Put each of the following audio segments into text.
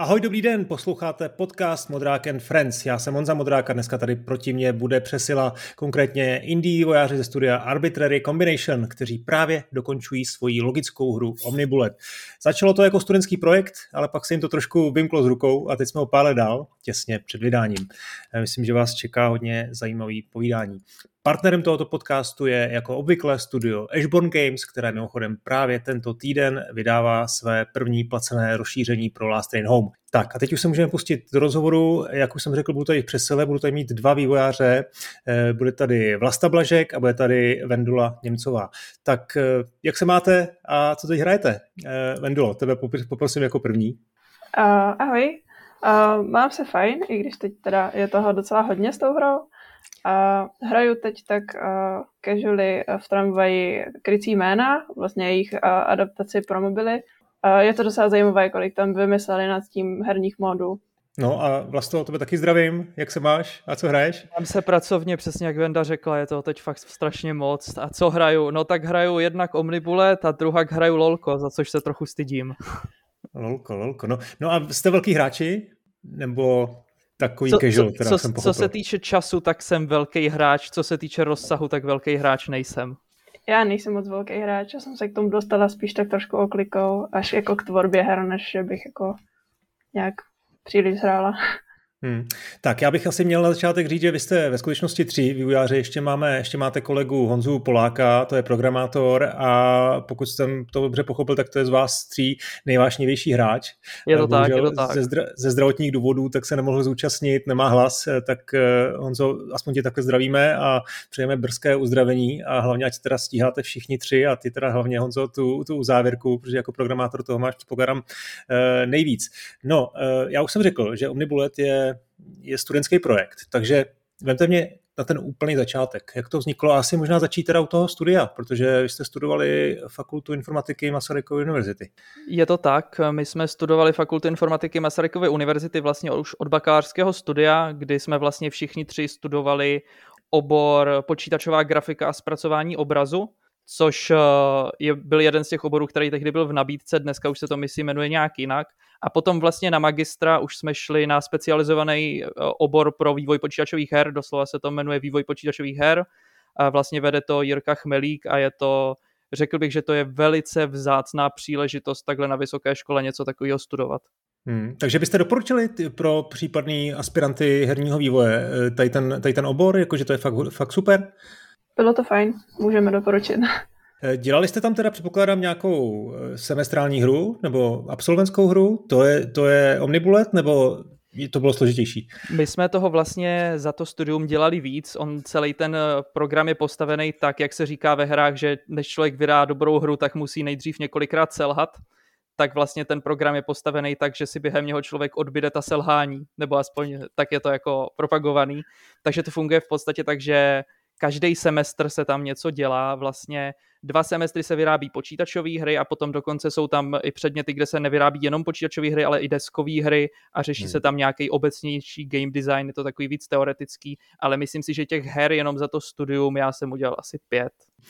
Ahoj, dobrý den, posloucháte podcast Modrák and Friends. Já jsem Honza Modrák a dneska tady proti mně bude přesila konkrétně indie vývojáři ze studia Arbitrary Combination, kteří právě dokončují svoji logickou hru Omnibullet. Začalo to jako studentský projekt, ale pak se jim to trošku vymklo z rukou a teď jsme o pár let dál, těsně před vydáním. Myslím, že vás čeká hodně zajímavý povídání. Partnerem tohoto podcastu je jako obvykle studio Ashborn Games, které mimochodem právě tento týden vydává své první placené rozšíření pro Last Train Home. Tak a teď už se můžeme pustit do rozhovoru. Jak už jsem řekl, budu tady v přesile, budu tady mít dva vývojáře. Bude tady Vlasta Blažek a bude tady Vendula Němcová. Tak jak se máte a co teď hrajete? Vendulo, tebe poprosím jako první. Ahoj, mám se fajn, i když teď teda je toho docela hodně s tou hrou. Hraju teď tak casually v tramvaji Krycí jména, vlastně jejich adaptaci pro mobily. Je to docela zajímavé, kolik tam vymysleli nad tím herních módů. No a Vlasto, tebe taky zdravím. Jak se máš a co hraješ? Mám se pracovně, přesně jak Venda řekla, je to teď fakt strašně moc. A co hraju? No tak hraju jednak Omnibullet a druhak hraju LOLko, za což se trochu stydím. LOLko. No a jste velký hráči? Nebo takový casual, teda jsem pochopil. Co se týče času, tak jsem velký hráč, co se týče rozsahu, tak velký hráč nejsem. Já nejsem moc velký hráč, já jsem se k tomu dostala spíš tak trošku oklikou, až jako k tvorbě her, než že bych jako nějak příliš hrála. Tak já bych asi měl na začátek říct, že vy jste ve skutečnosti 3 vývojáři, ještě máte kolegu Honzu Poláka, to je programátor a pokud jsem to dobře pochopil, tak to je z vás 3 nejvášnivější hráč. Je to tak. Ze zdravotních důvodů tak se nemohl zúčastnit, nemá hlas, tak Honzo, aspoň tě takhle zdravíme a přejeme brzké uzdravení a hlavně ať teda stíháte všichni 3 a ty teda hlavně Honzo tu závěrku, protože jako programátor toho máš předpokládám nejvíc. No, já už jsem řekl, že Omnibullet je studentský projekt, takže vemte mě na ten úplný začátek. Jak to vzniklo? A asi možná začít teda u toho studia, protože vy jste studovali Fakultu informatiky Masarykovy univerzity. Je to tak, my jsme studovali Fakultu informatiky Masarykovy univerzity vlastně už od bakalářského studia, kdy jsme vlastně všichni 3 studovali obor počítačová grafika a zpracování obrazu, což byl jeden z těch oborů, který tehdy byl v nabídce, dneska už se to myslím jmenuje nějak jinak. A potom vlastně na magistra už jsme šli na specializovaný obor pro vývoj počítačových her, doslova se to jmenuje vývoj počítačových her. A vlastně vede to Jirka Chmelík a řekl bych, že to je velice vzácná příležitost takhle na vysoké škole něco takového studovat. Takže byste doporučili pro případný aspiranty herního vývoje tady ten obor, jakože to je fakt super? Bylo to fajn, můžeme doporučit. Dělali jste tam teda, předpokládám, nějakou semestrální hru nebo absolventskou hru? To je Omnibullet, nebo to bylo složitější? My jsme toho vlastně za to studium dělali víc. Celý ten program je postavený tak, jak se říká ve hrách, že než člověk vydá dobrou hru, tak musí nejdřív několikrát selhat. Tak vlastně ten program je postavený tak, že si během něho člověk odbyde ta selhání, nebo aspoň tak je to jako propagovaný. Takže to funguje v podstatě tak, že každý semestr se tam něco dělá, vlastně 2 semestry se vyrábí počítačové hry a potom dokonce jsou tam i předměty, kde se nevyrábí jenom počítačové hry, ale i deskové hry a řeší se tam nějaký obecnější game design, je to takový víc teoretický, ale myslím si, že těch her jenom za to studium já jsem udělal asi 5.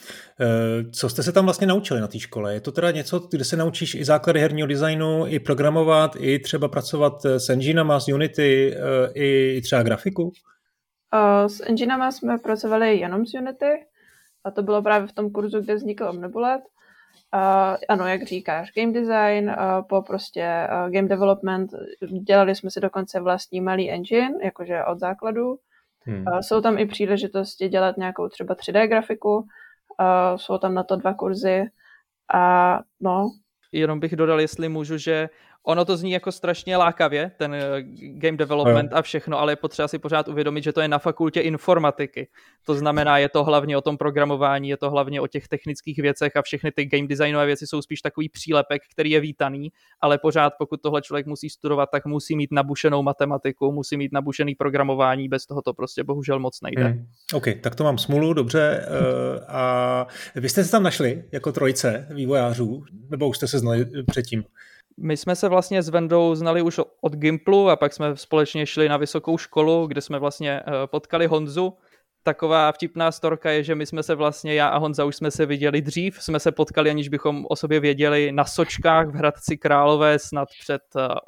Co jste se tam vlastně naučili na té škole? Je to teda něco, kde se naučíš i základy herního designu, i programovat, i třeba pracovat s enginama, s Unity, i třeba grafiku? S enginama jsme pracovali jenom s Unity a to bylo právě v tom kurzu, kde vznikl Omnibullet. Ano, jak říkáš, game design, po prostě game development, dělali jsme si dokonce vlastní malý engine, jakože od základu. Jsou tam i příležitosti dělat nějakou třeba 3D grafiku, jsou tam na to 2 kurzy a no. Jenom bych dodal, jestli můžu, že ono to zní jako strašně lákavě, ten game development a všechno, ale je potřeba si pořád uvědomit, že to je na fakultě informatiky. To znamená, je to hlavně o tom programování, je to hlavně o těch technických věcech a všechny ty game designové věci jsou spíš takový přílepek, který je vítaný, ale pořád pokud tohle člověk musí studovat, tak musí mít nabušenou matematiku, musí mít nabušený programování, bez toho to prostě bohužel moc nejde. OK, tak to mám smůlu, dobře. A vy jste se tam našli jako trojice vývojářů, nebo už jste se znali předtím? My jsme se vlastně s Vendou znali už od Gimplu a pak jsme společně šli na vysokou školu, kde jsme vlastně potkali Honzu Taková vtipná storka je, že my jsme se vlastně, já a Honza už jsme se viděli dřív, jsme se potkali, aniž bychom o sobě věděli, na Sočkách v Hradci Králové snad před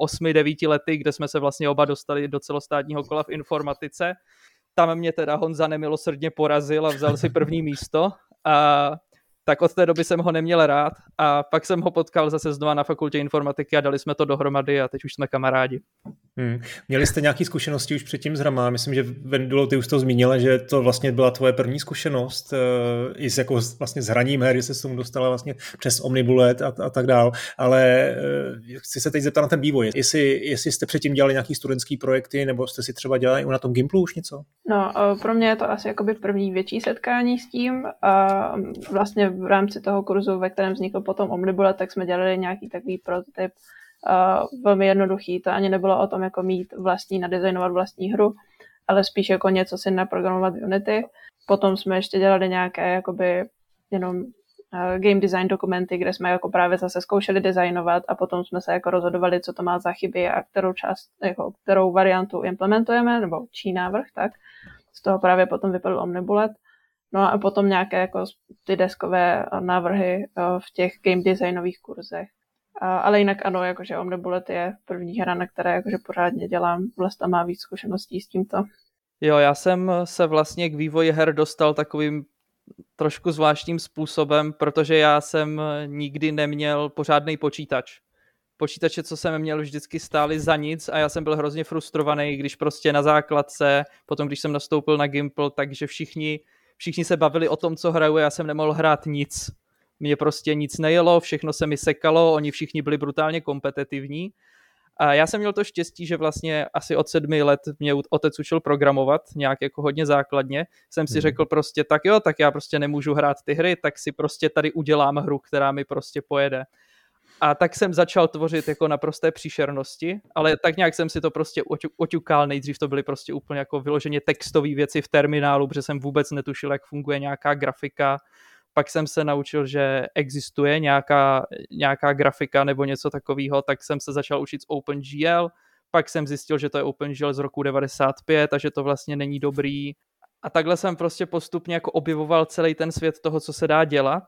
8-9 lety, kde jsme se vlastně oba dostali do celostátního kola v informatice. Tam mě teda Honza nemilosrdně porazil a vzal si první místo. A tak od té doby jsem ho neměl rád a pak jsem ho potkal zase znova na fakultě informatiky a dali jsme to dohromady a teď už jsme kamarádi. Měli jste nějaké zkušenosti už předtím s hrama? Myslím, že Vendulo, ty už to zmínila, že to vlastně byla tvoje první zkušenost i s, jako vlastně s hraním her, že se s tomu dostala vlastně přes Omnibullet a tak dál, ale chci se teď zeptat na ten vývoj. Jestli jste předtím dělali nějaký studentský projekty, nebo jste si třeba dělali na tom Gimplu už něco? No, pro mě je to asi jakoby první větší setkání s tím a vlastně v rámci toho kurzu, ve kterém vznikl potom Omnibullet, tak jsme dělali nějaký takový prototyp, velmi jednoduchý. To ani nebylo o tom jako mít vlastní, nadizajnovat vlastní hru, ale spíš jako něco si naprogramovat v Unity. Potom jsme ještě dělali nějaké jakoby jenom game design dokumenty, kde jsme jako právě zase zkoušeli designovat a potom jsme se jako rozhodovali, co to má za chyby a kterou variantu implementujeme, nebo čí návrh, tak z toho právě potom vypadl Omnibullet. No a potom nějaké jako ty deskové návrhy v těch game designových kurzech. Ale jinak ano, jakože Omnibullet je první hra, na které jakože pořádně dělám. Vlasta má víc zkušeností s tímto. Jo, já jsem se vlastně k vývoji her dostal takovým trošku zvláštním způsobem, protože já jsem nikdy neměl pořádný počítač. Počítače, co jsem měl, vždycky stály za nic a já jsem byl hrozně frustrovaný, když prostě na základce, potom když jsem nastoupil na Gimple, takže všichni se bavili o tom, co hraju a já jsem nemohl hrát nic. Mně prostě nic nejelo, všechno se mi sekalo, oni všichni byli brutálně kompetitivní. A já jsem měl to štěstí, že vlastně asi od 7 let mě otec učil programovat, nějak jako hodně základně. Jsem si řekl prostě, tak jo, tak já prostě nemůžu hrát ty hry, tak si prostě tady udělám hru, která mi prostě pojede. A tak jsem začal tvořit jako naprosté příšernosti, ale tak nějak jsem si to prostě oťukal. Nejdřív to byly prostě úplně jako vyloženě textové věci v terminálu, protože jsem vůbec netušil, jak funguje nějaká grafika. Pak jsem se naučil, že existuje nějaká grafika nebo něco takového, tak jsem se začal učit z OpenGL. Pak jsem zjistil, že to je OpenGL z roku 95 a že to vlastně není dobrý. A takhle jsem prostě postupně jako objevoval celý ten svět toho, co se dá dělat.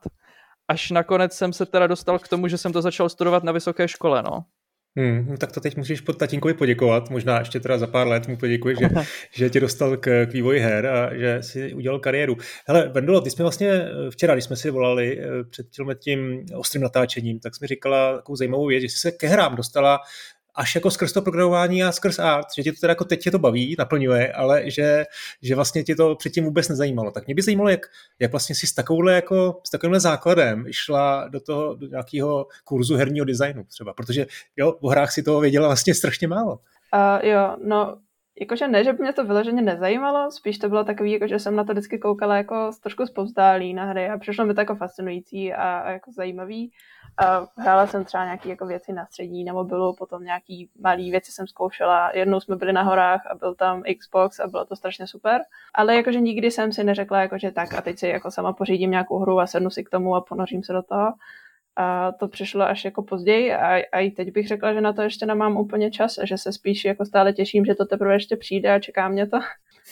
Až nakonec jsem se teda dostal k tomu, že jsem to začal studovat na vysoké škole, no. No tak to teď můžeš tatínkovi poděkovat, možná ještě teda za pár let mu poděkuji, že tě dostal k vývoji her a že si udělal kariéru. Hele, Vendulo, ty jsme vlastně včera, když jsme si volali před tím ostrým natáčením, tak jsi mi říkala takovou zajímavou věc, že jsi se ke hrám dostala až jako skrz to programování a skrz art, že tě to teda jako teď tě to baví, naplňuje, ale že vlastně tě to předtím vůbec nezajímalo. Tak mě by zajímalo, jak vlastně si s takovýmhle základem šla do nějakého kurzu herního designu třeba, protože jo, o hrách si toho věděla vlastně strašně málo. Jo, no, jakože ne, že by mě to vyloženě nezajímalo, spíš to bylo takový, jakože jsem na to vždycky koukala jako trošku zpovzdálí na hry a přišlo mi to jako fascinující a jako zajímavý. Hrála jsem třeba nějaké jako věci na střední na mobilu, potom nějaký malý věci jsem zkoušela. Jednou jsme byli na horách a byl tam Xbox a bylo to strašně super. Ale jakože nikdy jsem si neřekla, jakože tak a teď si jako sama pořídím nějakou hru a sednu si k tomu a ponořím se do toho. A to přišlo až jako později a i teď bych řekla, že na to ještě nemám úplně čas a že se spíš jako stále těším, že to teprve ještě přijde a čeká mě to.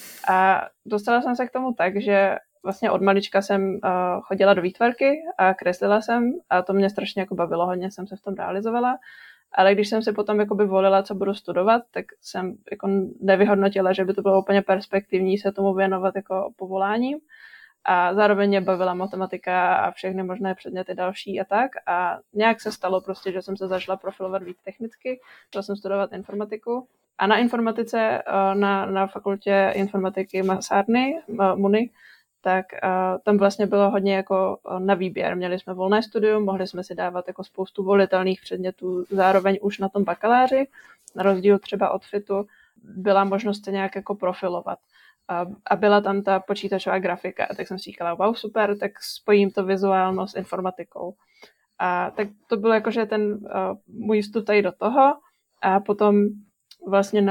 A dostala jsem se k tomu tak, že vlastně od malička jsem chodila do výtvarky a kreslila jsem a to mě strašně jako bavilo, hodně jsem se v tom realizovala. Ale když jsem si potom jakoby volila, co budu studovat, tak jsem jako nevyhodnotila, že by to bylo úplně perspektivní se tomu věnovat jako povoláním. A zároveň mě bavila matematika a všechny možné předměty další a tak. A nějak se stalo prostě, že jsem se začala profilovat víc technicky. Začala jsem studovat informatiku. A na informatice, na fakultě informatiky Masárny, MUNY, tak tam vlastně bylo hodně jako na výběr. Měli jsme volné studium, mohli jsme si dávat jako spoustu volitelných předmětů, zároveň už na tom bakaláři, na rozdíl třeba od FITu, byla možnost se nějak jako profilovat. A byla tam ta počítačová grafika, tak jsem si říkala, wow, super, tak spojím to vizuálno s informatikou. A tak to byl jakože ten můj vstup tady do toho a potom vlastně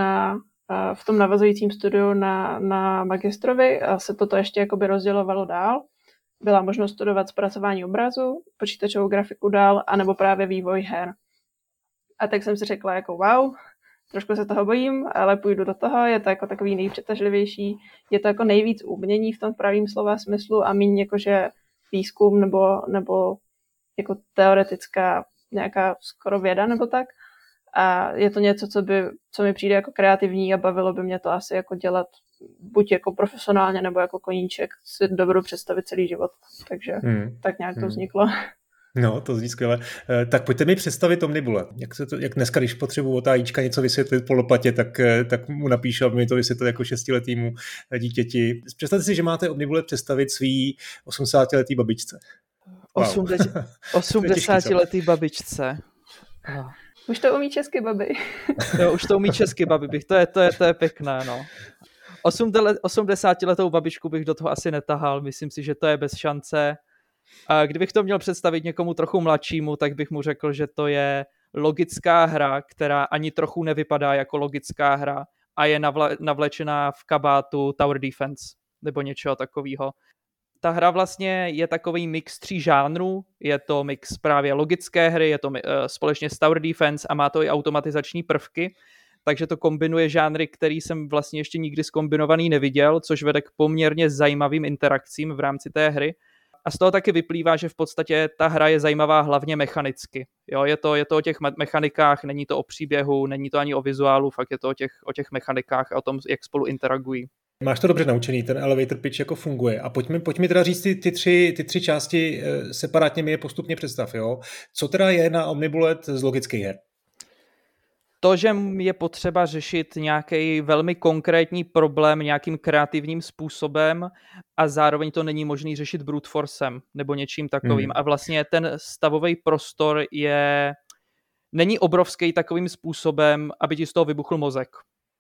v tom navazujícím studiu na magistrovi se toto ještě jakoby rozdělovalo dál. Byla možnost studovat zpracování obrazu, počítačovou grafiku dál, anebo právě vývoj her. A tak jsem si řekla jako wow, trošku se toho bojím, ale půjdu do toho, je to jako takový nejpřitažlivější, je to jako nejvíc umění v tom pravým slova smyslu a míň jakože výzkum nebo jako teoretická nějaká skoro věda nebo tak. A je to něco, co mi přijde jako kreativní a bavilo by mě to asi jako dělat buď jako profesionálně, nebo jako koníček si dovedu představit celý život. Takže tak nějak to vzniklo. No, to zní skvěle. Tak pojďte mi představit Omnibule. Jak dneska, když potřebuji od AIčka něco vysvětlit po lopatě, tak mu napíšu, aby mi to vysvětlil jako 6letýmu dítěti. Představte si, že máte Omnibule představit svý 80letý babičce. Wow. 80letý babičce. Už to umí česky, babi. Jo, už to umí česky, babi. To je pěkné, no. 80letou babičku bych do toho asi netahal, myslím si, že to je bez šance. A kdybych to měl představit někomu trochu mladšímu, tak bych mu řekl, že to je logická hra, která ani trochu nevypadá jako logická hra a je navlečená v kabátu Tower Defense nebo něčeho takového. Ta hra vlastně je takový mix 3 žánrů, je to mix právě logické hry, je to společně s Tower Defense a má to i automatizační prvky, takže to kombinuje žánry, který jsem vlastně ještě nikdy zkombinovaný neviděl, což vede k poměrně zajímavým interakcím v rámci té hry. A z toho taky vyplývá, že v podstatě ta hra je zajímavá hlavně mechanicky. Jo, je to o těch mechanikách, není to o příběhu, není to ani o vizuálu, fakt je to o těch mechanikách a o tom, jak spolu interagují. Máš to dobře naučený, ten elevator pitch jako funguje. A pojď mi teda říct ty tři části separátně mi je postupně představ. Jo? Co teda je na Omnibulet z logických her? To, že je potřeba řešit nějaký velmi konkrétní problém nějakým kreativním způsobem a zároveň to není možný řešit brute forcem nebo něčím takovým. A vlastně ten stavový prostor není obrovský takovým způsobem, aby ti z toho vybuchl mozek.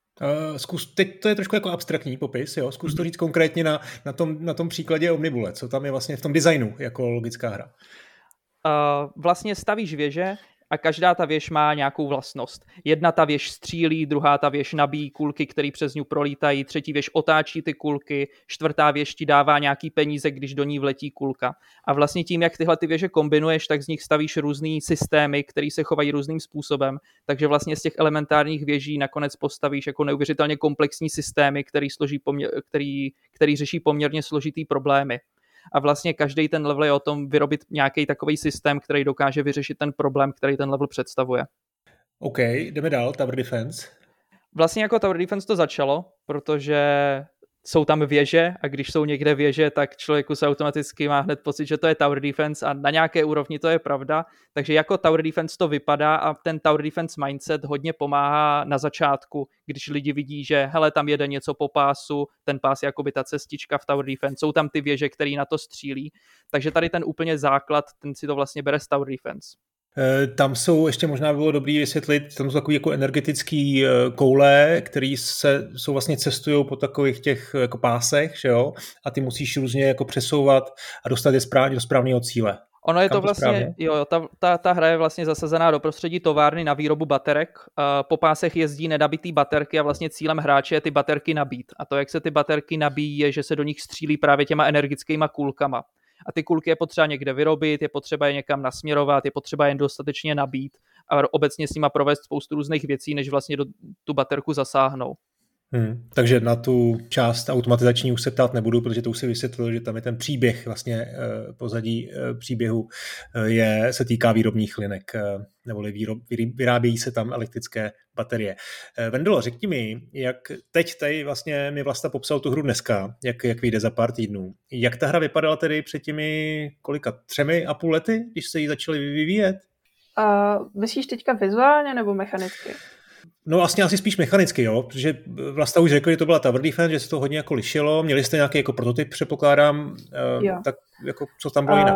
Teď to je trošku jako abstraktní popis, jo? Zkus to říct konkrétně na tom příkladě Omnibule, co tam je vlastně v tom designu jako logická hra. Vlastně stavíš věže a každá ta věž má nějakou vlastnost. Jedna ta věž střílí, druhá ta věž nabíjí kulky, které přes ní prolítají, třetí věž otáčí ty kulky, čtvrtá věž ti dává nějaký peníze, když do ní vletí kulka. A vlastně tím, jak tyhle ty věže kombinuješ, tak z nich stavíš různý systémy, které se chovají různým způsobem. Takže vlastně z těch elementárních věží nakonec postavíš jako neuvěřitelně komplexní systémy, který řeší poměrně složitý problémy. A vlastně každý ten level je o tom vyrobit nějaký takový systém, který dokáže vyřešit ten problém, který ten level představuje. OK, jdeme dál, Tower Defense. Vlastně jako Tower Defense to začalo, protože jsou tam věže a když jsou někde věže, tak člověku se automaticky má hned pocit, že to je Tower Defense a na nějaké úrovni to je pravda. Takže jako Tower Defense to vypadá a ten Tower Defense mindset hodně pomáhá na začátku, když lidi vidí, že hele, tam jede něco po pásu, ten pás je jakoby ta cestička v Tower Defense, jsou tam ty věže, které na to střílí. Takže tady ten úplně základ, ten si to vlastně bere z Tower Defense. Tam jsou, ještě možná bylo dobrý vysvětlit, tam jsou takový jako energetický koule, které jsou vlastně cestují po takových těch jako pásech, že jo? A ty musíš různě jako přesouvat a dostat je do správného cíle. Ono je to vlastně, jo, ta hra je vlastně zasazená do prostředí továrny na výrobu baterek. Po pásech jezdí nenabitý baterky a vlastně cílem hráče je ty baterky nabít. A to, jak se ty baterky nabíjí, je, že se do nich střílí právě těma energickýma kulkama. A ty kulky je potřeba někde vyrobit, je potřeba je někam nasměrovat, je potřeba jen dostatečně nabít a obecně s nima provést spoustu různých věcí, než vlastně do tu baterku zasáhnou. Takže na tu část automatizační už se ptát nebudu, protože to už si vysvětlil, že tam je ten příběh, vlastně pozadí příběhu se týká výrobních linek, neboli vyrábějí se tam elektrické baterie. Vendelo, řekni mi, jak teď tady vlastně mi Vlasta popsal tu hru dneska, jak vyjde za pár týdnů. Jak ta hra vypadala tedy před těmi 3,5 lety, když se ji začali vyvíjet? Myslíš teďka vizuálně nebo mechanicky? No vlastně asi spíš mechanicky, jo, protože Vlasta už řekl, že to byla Tower Defense, že se to hodně jako lišilo. Měli jste nějaký jako prototyp, předpokládám, tak jako co tam bylo jinak?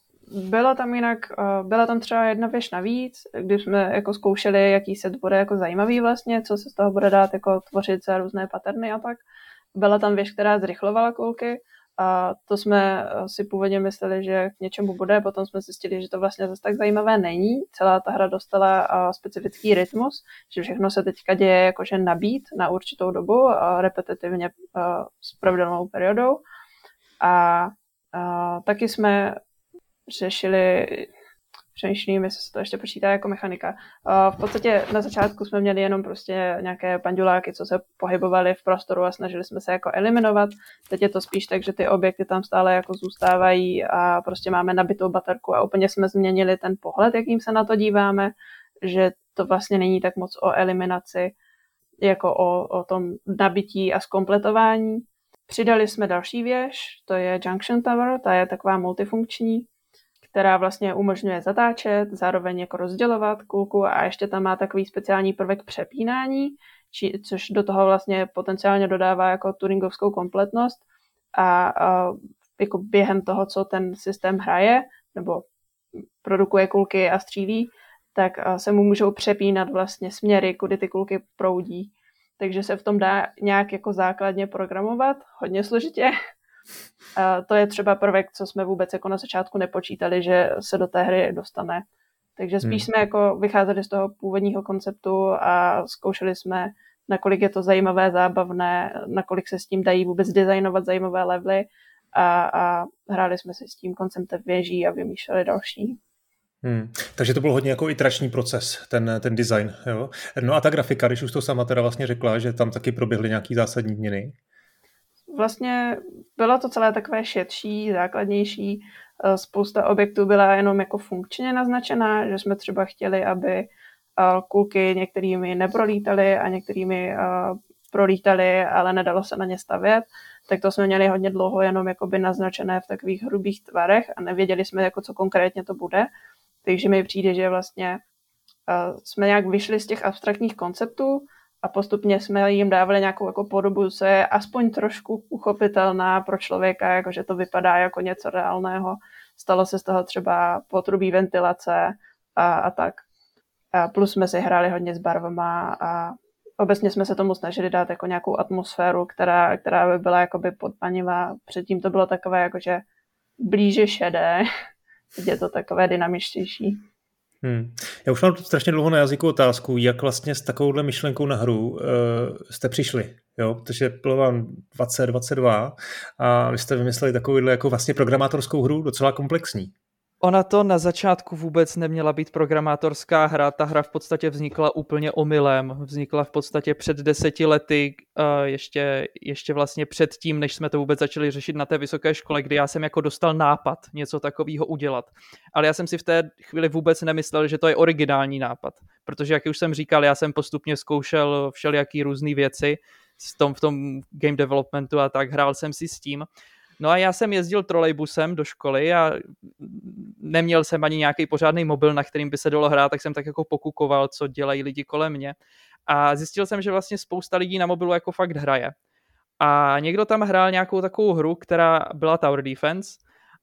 Byla tam třeba jedna věž navíc, kdy jsme jako zkoušeli, jaký set bude jako zajímavý vlastně, co se z toho bude dát jako tvořit za různé paterny a tak. Byla tam věž, která zrychlovala kulky a to jsme si původně mysleli, že k něčemu bude, potom jsme zjistili, že to vlastně zase tak zajímavé není. Celá ta hra dostala specifický rytmus, že všechno se teďka děje jakože nabít na určitou dobu, repetitivně s pravidelnou periodou. A taky jsme řešili přemýšlím, jestli se to ještě počítá jako mechanika. V podstatě na začátku jsme měli jenom prostě nějaké panduláky, co se pohybovaly v prostoru a snažili jsme se jako eliminovat. Teď je to spíš tak, že ty objekty tam stále jako zůstávají a prostě máme nabitou baterku a úplně jsme změnili ten pohled, jakým se na to díváme, že to vlastně není tak moc o eliminaci, jako o tom nabití a zkompletování. Přidali jsme další věž, to je Junction Tower, ta je taková multifunkční, která vlastně umožňuje zatáčet, zároveň jako rozdělovat kulku a ještě tam má takový speciální prvek přepínání, což do toho vlastně potenciálně dodává jako turingovskou kompletnost a jako během toho, co ten systém hraje nebo produkuje kulky a střílí, tak se mu můžou přepínat vlastně směry, kudy ty kulky proudí. Takže se v tom dá nějak jako základně programovat, hodně složitě. A to je třeba prvek, co jsme vůbec jako na začátku nepočítali, že se do té hry dostane. Takže spíš jsme jako vycházeli z toho původního konceptu a zkoušeli jsme, nakolik je to zajímavé, zábavné, nakolik se s tím dají vůbec designovat zajímavé levely a hráli jsme si s tím konceptem věží a vymýšleli další. Takže to byl hodně jako iterační proces, ten design. Jo? No a ta grafika, když už to sama teda vlastně řekla, že tam taky proběhly nějaký zásadní změny. Vlastně bylo to celé takové širší, základnější. Spousta objektů byla jenom jako funkčně naznačená, že jsme třeba chtěli, aby kulky některými neprolítaly a některými prolítaly, ale nedalo se na ně stavět. Tak to jsme měli hodně dlouho jenom jakoby naznačené v takových hrubých tvarech a nevěděli jsme, jako co konkrétně to bude. Takže mi přijde, že vlastně jsme nějak vyšli z těch abstraktních konceptů a postupně jsme jim dávali nějakou jako podobu, co je aspoň trošku uchopitelná pro člověka, jakože to vypadá jako něco reálného. Stalo se z toho třeba potrubí ventilace a tak. A plus jsme si hráli hodně s barvama a obecně jsme se tomu snažili dát jako nějakou atmosféru, která by byla jakoby podpanivá. Předtím to bylo takové jakože blíže šedé, teď je to takové dynamičtější. Já už mám strašně dlouho na jazyku otázku, jak vlastně s takovouhle myšlenkou na hru jste přišli, jo? Protože bylo vám 2022 a vy jste vymysleli takovouhle jako vlastně programátorskou hru, docela komplexní. Ona to na začátku vůbec neměla být programátorská hra, ta hra v podstatě vznikla úplně omylem, vznikla v podstatě před 10 lety, ještě vlastně předtím, než jsme to vůbec začali řešit na té vysoké škole, kdy já jsem jako dostal nápad něco takového udělat. Ale já jsem si v té chvíli vůbec nemyslel, že to je originální nápad, protože jak už jsem říkal, já jsem postupně zkoušel všelijaký různý věci v tom game developmentu a tak, hrál jsem si s tím. No a já jsem jezdil trolejbusem do školy a neměl jsem ani nějaký pořádný mobil, na kterým by se dalo hrát, tak jsem tak jako pokukoval, co dělají lidi kolem mě. A zjistil jsem, že vlastně spousta lidí na mobilu jako fakt hraje. A někdo tam hrál nějakou takovou hru, která byla Tower Defense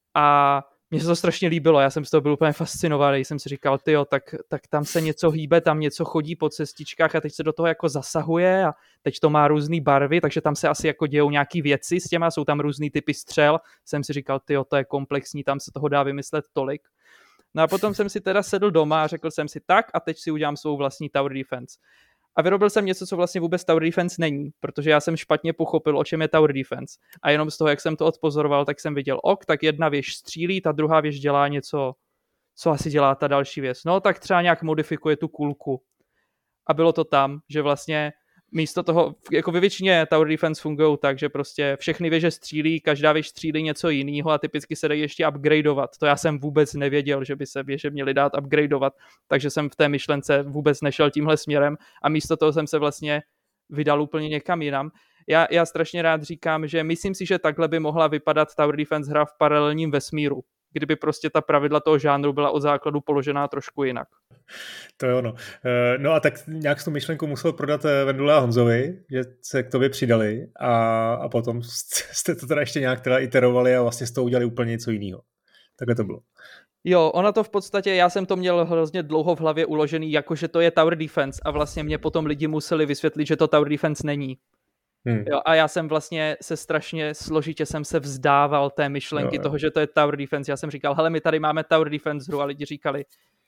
a mně se to strašně líbilo, já jsem z toho byl úplně fascinovaný, jsem si říkal, tyjo, tak tam se něco hýbe, tam něco chodí po cestičkách a teď se do toho jako zasahuje a teď to má různý barvy, takže tam se asi jako dějou nějaký věci s těma, jsou tam různý typy střel, jsem si říkal, tyjo, to je komplexní, tam se toho dá vymyslet tolik. No a potom jsem si teda sedl doma a řekl jsem si tak a teď si udělám svou vlastní Tower Defense. A vyrobil jsem něco, co vlastně vůbec Tower Defense není, protože já jsem špatně pochopil, o čem je Tower Defense. A jenom z toho, jak jsem to odpozoroval, tak jsem viděl, tak jedna věž střílí, ta druhá věž dělá něco, co asi dělá ta další věž. No, tak třeba nějak modifikuje tu kulku. A bylo to tam, že vlastně místo toho, jako ve většině Tower Defense fungují tak, že prostě všechny věže střílí, každá věž střílí něco jiného a typicky se dají ještě upgradeovat. To já jsem vůbec nevěděl, že by se věže měly dát upgradeovat, takže jsem v té myšlence vůbec nešel tímhle směrem a místo toho jsem se vlastně vydal úplně někam jinam. Já strašně rád říkám, že myslím si, že takhle by mohla vypadat Tower Defense hra v paralelním vesmíru, kdyby prostě ta pravidla toho žánru byla od základu položená trošku jinak. To je ono. No a tak nějak tu myšlenku musel prodat Vendule a Honzovi, že se k tobě přidali a potom jste to teda ještě nějak teda iterovali a vlastně z toho udělali úplně něco jiného. Takhle to bylo. Jo, ona to v podstatě, já jsem to měl hrozně dlouho v hlavě uložený, jakože to je Tower Defense a vlastně mě potom lidi museli vysvětlit, že to Tower Defense není. Jo, a já jsem vlastně se strašně složitě jsem se vzdával té myšlenky toho, že to je Tower Defense. Já jsem říkal, hele, my tady máme Tower Defense hru a lidi říkali,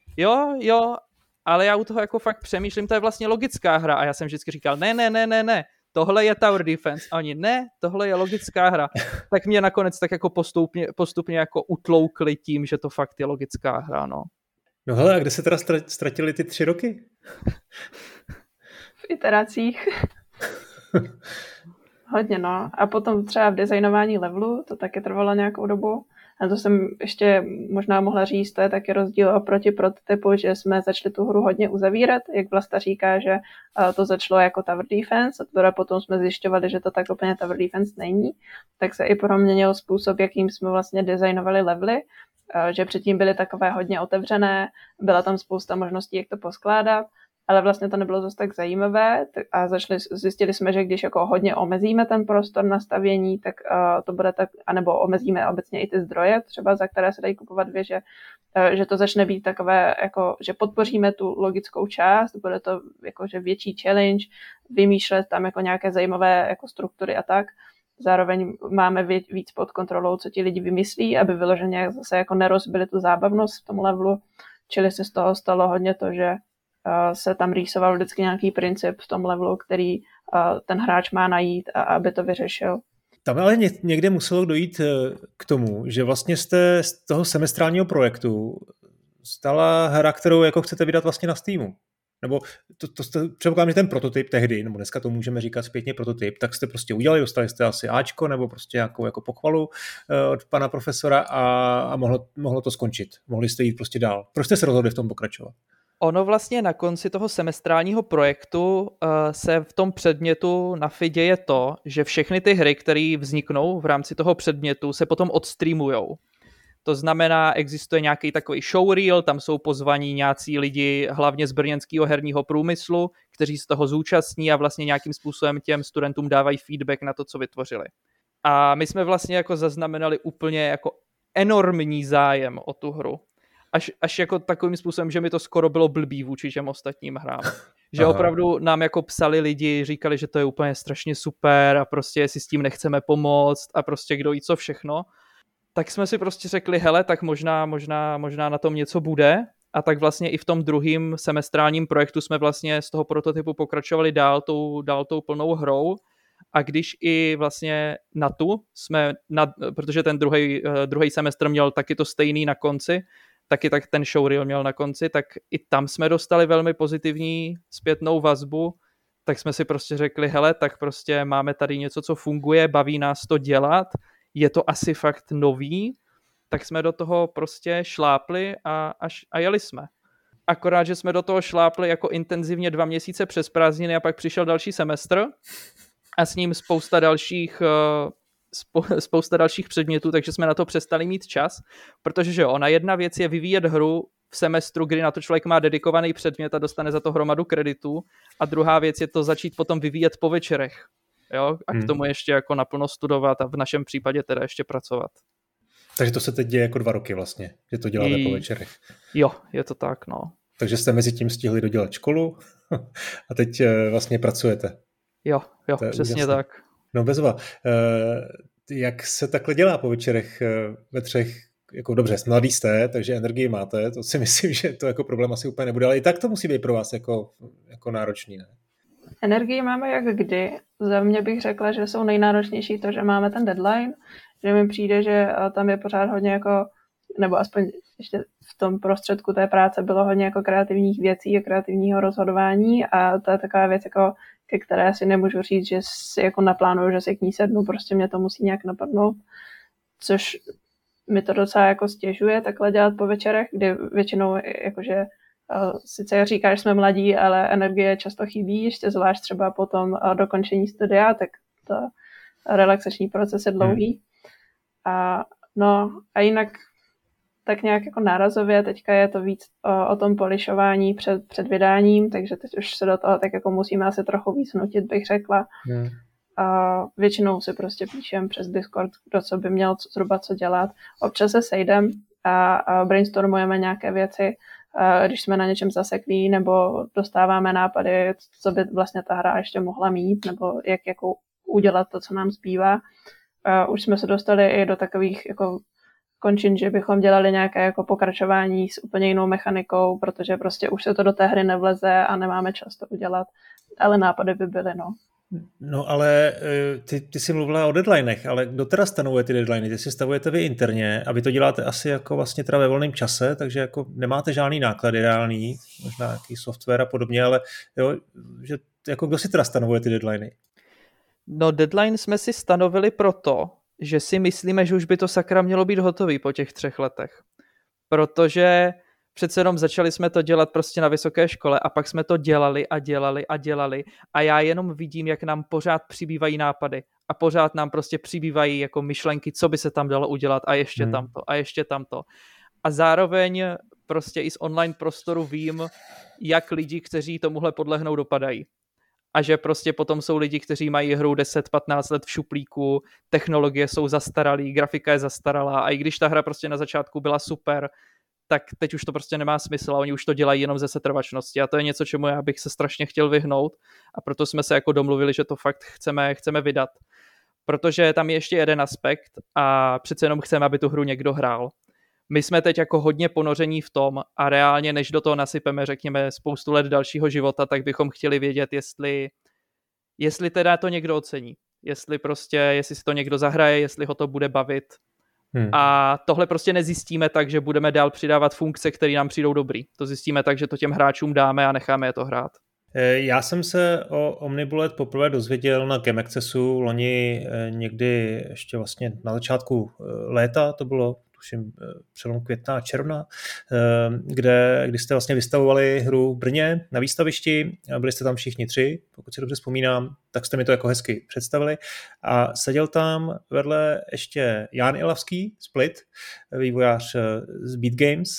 jo, ale já u toho jako fakt přemýšlím, to je vlastně logická hra a já jsem vždycky říkal, ne, tohle je Tower Defense a oni, ne, tohle je logická hra. Tak mě nakonec tak jako postupně jako utloukli tím, že to fakt je logická hra, no. No hele, a kde se teda ztratili ty 3 roky? V iteracích. Hodně, no. A potom třeba v designování levelu, to taky trvalo nějakou dobu. A to jsem ještě možná mohla říct, to je taky rozdíl oproti prototypu, že jsme začali tu hru hodně uzavírat, jak Vlasta říká, že to začalo jako tower defense, a teda potom jsme zjišťovali, že to tak úplně tower defense není, tak se i proměnil způsob, jakým jsme vlastně designovali levely, že předtím byly takové hodně otevřené, byla tam spousta možností, jak to poskládat, ale vlastně to nebylo zase tak zajímavé a zjistili jsme, že když jako hodně omezíme ten prostor na stavění, tak to bude tak, anebo omezíme obecně i ty zdroje, třeba za které se dají kupovat věže, že to začne být takové, jako, že podpoříme tu logickou část, bude to jakože větší challenge, vymýšlet tam jako nějaké zajímavé jako struktury a tak. Zároveň máme víc pod kontrolou, co ti lidi vymyslí, aby vyloženě zase jako nerozbili tu zábavnost v tom levelu, čili se z toho stalo hodně to, že se tam rýsoval vždycky nějaký princip v tom levelu, který ten hráč má najít, a aby to vyřešil. Tam ale někde muselo dojít k tomu, že vlastně jste z toho semestrálního projektu stala hra, kterou jako chcete vydat vlastně na Steamu. Nebo to jste, předpokládám, že ten prototyp tehdy, nebo dneska to můžeme říkat zpětně prototyp, tak jste prostě udělali, dostali jste asi Ačko, nebo prostě nějakou jako pochvalu od pana profesora a mohlo to skončit. Mohli jste jít prostě dál. Proč jste se rozhodli v tom pokračovat? Ono vlastně na konci toho semestrálního projektu se v tom předmětu na FI děje to, že všechny ty hry, které vzniknou v rámci toho předmětu, se potom odstreamujou. To znamená, existuje nějaký takový showreel, tam jsou pozvaní nějací lidi, hlavně z brněnského herního průmyslu, kteří z toho zúčastní a vlastně nějakým způsobem těm studentům dávají feedback na to, co vytvořili. A my jsme vlastně jako zaznamenali úplně jako enormní zájem o tu hru. Až jako takovým způsobem, že mi to skoro bylo blbý vůči těm ostatním hrám. Že opravdu nám jako psali lidi, říkali, že to je úplně strašně super a prostě si s tím nechceme pomoct a prostě kdo ví co všechno. Tak jsme si prostě řekli, hele, tak možná na tom něco bude. A tak vlastně i v tom druhém semestrálním projektu jsme vlastně z toho prototypu pokračovali dál tou plnou hrou. A když i vlastně na tu jsme, protože ten druhý semestr měl taky to stejný na konci, taky tak ten showreel měl na konci, tak i tam jsme dostali velmi pozitivní zpětnou vazbu, tak jsme si prostě řekli, hele, tak prostě máme tady něco, co funguje, baví nás to dělat, je to asi fakt nový, tak jsme do toho prostě šlápli a jeli jsme. Akorát, že jsme do toho šlápli jako intenzivně 2 měsíce přes prázdniny a pak přišel další semestr a s ním spousta dalších předmětů, takže jsme na to přestali mít čas, protože že ona jedna věc je vyvíjet hru v semestru, kdy na to člověk má dedikovaný předmět a dostane za to hromadu kreditů, a druhá věc je to začít potom vyvíjet po večerech. Jo? A k tomu ještě jako naplno studovat a v našem případě teda ještě pracovat. Takže to se teď děje jako 2 roky vlastně, že to děláte po večerech. Jo, je to tak, no. Takže jste mezi tím stihli dodělat školu a teď vlastně pracujete. Jo, přesně úžasné. Tak. No bezva. Jak se takhle dělá po večerech ve 3? Jako dobře, mladý jste, takže energii máte, to si myslím, že to jako problém asi úplně nebude, ale i tak to musí být pro vás jako náročný, ne? Energii máme jak kdy. Za mě bych řekla, že jsou nejnáročnější to, že máme ten deadline, že mi přijde, že tam je pořád hodně jako, nebo aspoň ještě v tom prostředku té práce bylo hodně jako kreativních věcí a kreativního rozhodování, a to je taková věc, jako, ke které si nemůžu říct, že si jako naplánuju, že si k ní sednu, prostě mě to musí nějak napadnout, což mi to docela jako stěžuje takhle dělat po večerech, kdy většinou jakože sice říkáš, že jsme mladí, ale energie často chybí, ještě zvlášť třeba po tom dokončení studia, tak to relaxační proces je dlouhý. A jinak tak nějak jako nárazově, teďka je to víc o tom polišování před vydáním, takže teď už se do toho tak jako musíme asi trochu víc nutit, bych řekla. A většinou si prostě píšem přes Discord, kdo co by měl zhruba co dělat. Občas se sejdem a brainstormujeme nějaké věci, když jsme na něčem zaseklí, nebo dostáváme nápady, co by vlastně ta hra ještě mohla mít, nebo jak jako udělat to, co nám zbývá. Už jsme se dostali i do takových jako končin, že bychom dělali nějaké jako pokračování s úplně jinou mechanikou, protože prostě už se to do té hry nevleze a nemáme čas to udělat, ale nápady by byly, no. No ale ty jsi mluvila o deadlinech, ale kdo teda stanovuje ty deadliny? Ty si stavujete vy interně a vy to děláte asi jako vlastně teda ve volném čase, takže jako nemáte žádný náklady reální, možná nějaký software a podobně, ale jo, že jako kdo si teda stanovuje ty deadliny? No deadline jsme si stanovili proto, že si myslíme, že už by to sakra mělo být hotový po těch 3 letech. Protože přece jenom začali jsme to dělat prostě na vysoké škole a pak jsme to dělali a já jenom vidím, jak nám pořád přibývají nápady a pořád nám prostě přibývají jako myšlenky, co by se tam dalo udělat a ještě tamto. A zároveň prostě i z online prostoru vím, jak lidi, kteří tomuhle podlehnou, dopadají. A že prostě potom jsou lidi, kteří mají hru 10-15 let v šuplíku, technologie jsou zastaralý, grafika je zastaralá a i když ta hra prostě na začátku byla super, tak teď už to prostě nemá smysl a oni už to dělají jenom ze setrvačnosti a to je něco, čemu já bych se strašně chtěl vyhnout a proto jsme se jako domluvili, že to fakt chceme vydat. Protože tam je ještě jeden aspekt a přece jenom chceme, aby tu hru někdo hrál. My jsme teď jako hodně ponoření v tom a reálně, než do toho nasypeme, řekněme, spoustu let dalšího života, tak bychom chtěli vědět, jestli teda to někdo ocení. Jestli si to někdo zahraje, jestli ho to bude bavit. A tohle prostě nezjistíme tak, že budeme dál přidávat funkce, které nám přijdou dobrý. To zjistíme tak, že to těm hráčům dáme a necháme je to hrát. Já jsem se o Omnibullet poprvé dozvěděl na Game Accessu loni někdy ještě vlastně na začátku léta, to bylo tuším přelom května a června, kdy jste vlastně vystavovali hru v Brně na výstavišti, byli jste tam všichni 3, pokud si dobře vzpomínám, tak jste mi to jako hezky představili a seděl tam vedle ještě Jan Ilavský, Split, vývojář z Beat Games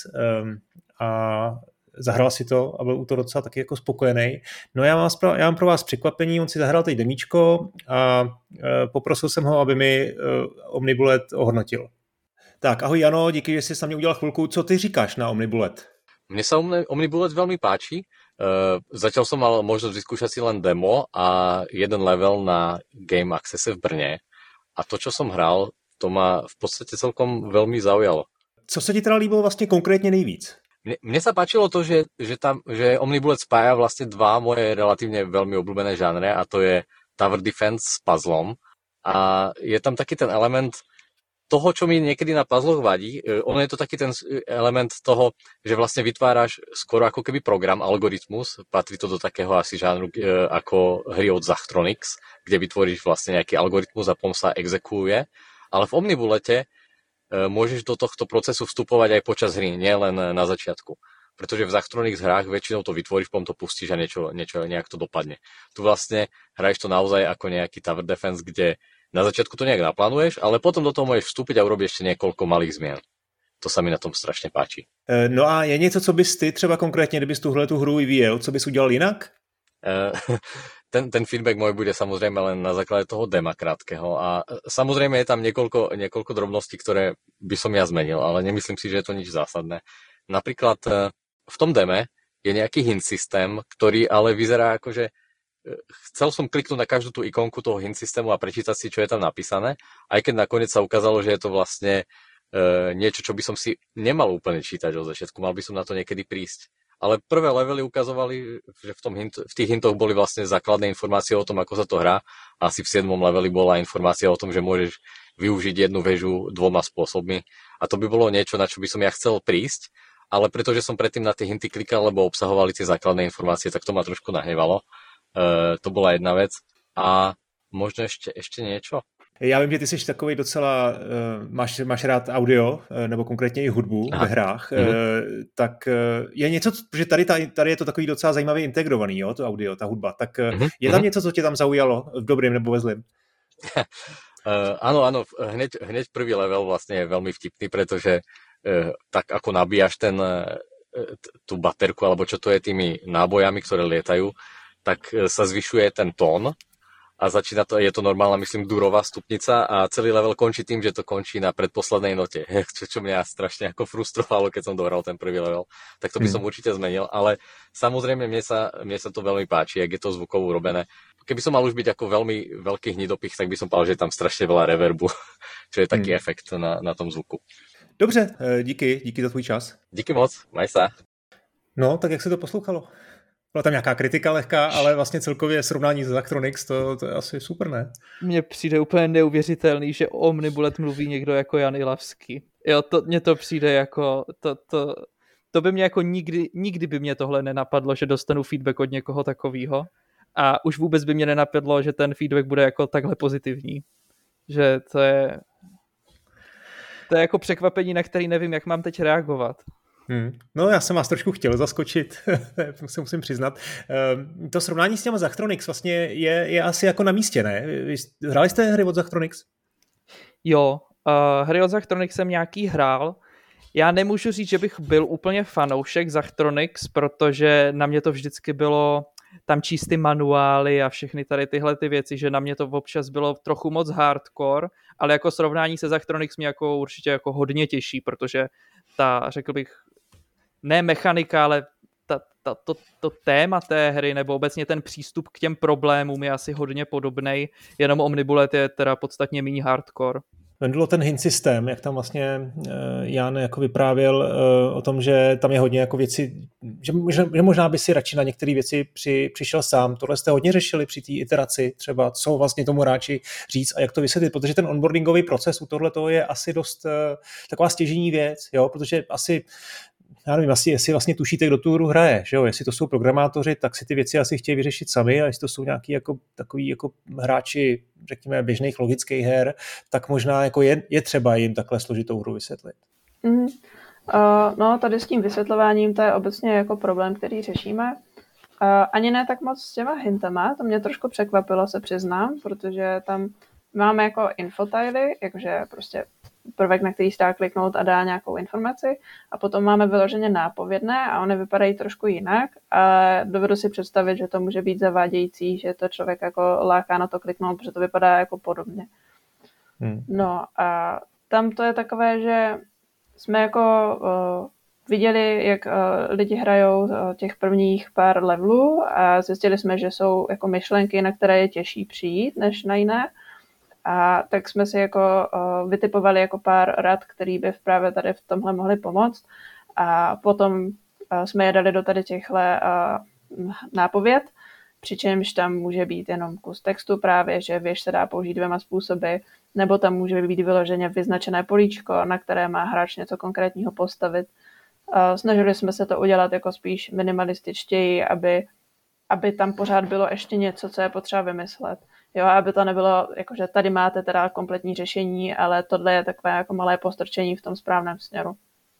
a zahrál si to a byl u toho docela taky jako spokojený. No já mám pro vás překvapení, on si zahrál teď demíčko a poprosil jsem ho, aby mi Omnibullet ohodnotil. Tak, ahoj Jano, díky, že jsi sa mě udělal chvilku. Co ty říkáš na Omnibullet? Mne sa Omnibullet veľmi páči. Zatiaľ som mal možnosť vyskúšať si len demo a jeden level na Game Accesse v Brne. A to, čo som hral, to ma v podstate celkom veľmi zaujalo. Co se ti teda líbilo vlastně konkrétně nejvíc? Mne sa páčilo to, že Omnibullet spája vlastne 2 moje relatívne veľmi obľúbené žánre a to je Tower Defense s puzzlom. A je tam taký ten element toho, čo mi niekedy na puzzloch vadí, ono je to taký ten element toho, že vlastne vytváraš skoro ako keby program, algoritmus, patrí to do takého asi žánru ako hry od Zachtronics, kde vytvoríš vlastne nejaký algoritmus a potom sa exekuje, ale v Omnibullete môžeš do tohto procesu vstupovať aj počas hry, nie len na začiatku. Pretože v Zachtronics hrách väčšinou to vytvoríš, potom to pustíš a nejak to dopadne. Tu vlastne hraješ to naozaj ako nejaký Tower Defense, kde na začiatku to nejak naplánuješ, ale potom do toho môžeš vstúpiť a urobiť ešte niekoľko malých zmien. To sa mi na tom strašne páči. No a je něco, co bys ty třeba konkrétně, kdybys tuhle tu hru vyvíjel, co bys udělal jinak? Ten feedback môj bude samozrejme len na základe toho dema krátkeho a samozrejme je tam niekoľko drobností, ktoré by som ja zmenil, ale nemyslím si, že je to nič zásadné. Napríklad v tom deme je nejaký hint systém, ktorý ale vyzerá ako, že chcel som kliknúť na každú tú ikonku toho hint systému a prečítať si, čo je tam napísané, aj keď nakoniec sa ukázalo, že je to vlastne niečo, čo by som si nemal úplne čítať od začiatku, mal by som na to niekedy prísť. Ale prvé levely ukazovali, že v tých hintoch boli vlastne základné informácie o tom, ako sa to hrá. Asi v 7. leveli bola informácia o tom, že môžeš využiť jednu väžu 2 spôsobmi. A to by bolo niečo, na čo by som ja chcel prísť, ale pretože som predtým na tie hinty klikal, lebo obsahovali tie základné informácie, tak to ma trošku nahnevalo. To bola jedna vec. A možno ešte niečo? Já vím, že ty jsi takový docela, máš rád audio, nebo konkrétně i hudbu ve hrách, tak je něco, protože tady je to takový docela zajímavý integrovaný, jo, to audio, ta hudba, tak je tam něco, co tě tam zaujalo, v dobrým nebo ve zlým? Áno, hneď prvý level vlastne je veľmi vtipný, pretože tak ako nabíjaš tú baterku, alebo čo to je tými nábojami, ktoré lietajú, tak sa zvyšuje ten tón a začína to, je to normálna, myslím, durová stupnica a celý level končí tým, že to končí na predposlednej note, čo mňa strašne ako frustrovalo, keď som dohral ten prvý level. Tak to by som určite zmenil, ale samozrejme mne sa to veľmi páči, jak je to zvukovo urobené. Keby som mal už byť ako veľmi veľký hnidopich, tak by som povedal, že je tam strašne veľa reverbu, čo je taký efekt na tom zvuku. Dobře, díky za tvůj čas. Díky moc, maj sa. No, tak jak se to poslouchalo? Byla tam nějaká kritika lehká, ale vlastně celkově srovnání s Zachtronics, to je asi super, ne? Mně přijde úplně neuvěřitelný, že o Omnibullet mluví někdo jako Jan Ilavský. Jo, mně to přijde jako... To by mě jako nikdy by mě tohle nenapadlo, že dostanu feedback od někoho takového. A už vůbec by mě nenapadlo, že ten feedback bude jako takhle pozitivní. Že to je jako překvapení, na který nevím, jak mám teď reagovat. No, já jsem vás trošku chtěl zaskočit, musím přiznat. To srovnání s těma Zachtronics vlastně je asi jako na místě, ne? Hráli jste hry od Zachtronics? Jo, hry od Zachtronics jsem nějaký hrál. Já nemůžu říct, že bych byl úplně fanoušek Zachtronics, protože na mě to vždycky bylo tam číst ty manuály a všechny tady tyhle ty věci, že na mě to občas bylo trochu moc hardcore, ale jako srovnání se Zachtronics mě jako určitě jako hodně těší, protože řekl bych, ne mechanika, ale to téma té hry nebo obecně ten přístup k těm problémům je asi hodně podobnej, jenom Omnibullet je teda podstatně méně hardcore. Vendlo ten hint systém, jak tam vlastně Jan jako vyprávěl o tom, že tam je hodně jako věci, že možná by si radši na některé věci přišel sám. Tohle jste hodně řešili při té iteraci, třeba co vlastně tomu hráči říct a jak to vysvětlit, protože ten onboardingový proces u tohletoho je asi dost taková stěžejní věc, jo, protože asi já nevím, jestli vlastně tušíte, kdo tu hru hraje, že jo? Jestli to jsou programátoři, tak si ty věci asi chtějí vyřešit sami, a jestli to jsou nějaký jako takový jako hráči, řekněme, běžných logických her, tak možná jako je třeba jim takhle složitou hru vysvětlit. No, tady s tím vysvětlováním to je obecně jako problém, který řešíme. Ani ne tak moc s těma hintama, to mě trošku překvapilo, se přiznám, protože tam máme jako infotily, jakože prostě prvek, na který se dá kliknout a dá nějakou informaci, a potom máme vyloženě nápovědné a one vypadají trošku jinak a dovedu si představit, že to může být zavádějící, že to člověk jako láká na to kliknout, protože to vypadá jako podobně. No a tam to je takové, že jsme jako viděli, jak lidi hrajou těch prvních pár levelů a zjistili jsme, že jsou jako myšlenky, na které je těžší přijít, než na jiné. A tak jsme si jako vytipovali jako pár rad, který by právě tady v tomhle mohli pomoct. A potom jsme je dali do tady těchto nápověd, přičemž tam může být jenom kus textu právě, že věž se dá použít 2 způsoby, nebo tam může být vyloženě vyznačené políčko, na které má hráč něco konkrétního postavit. Snažili jsme se to udělat jako spíš minimalističtěji, aby tam pořád bylo ještě něco, co je potřeba vymyslet. Jo, aby to nebylo, jakože tady máte teda kompletní řešení, ale tohle je takové jako malé postrčení v tom správném směru.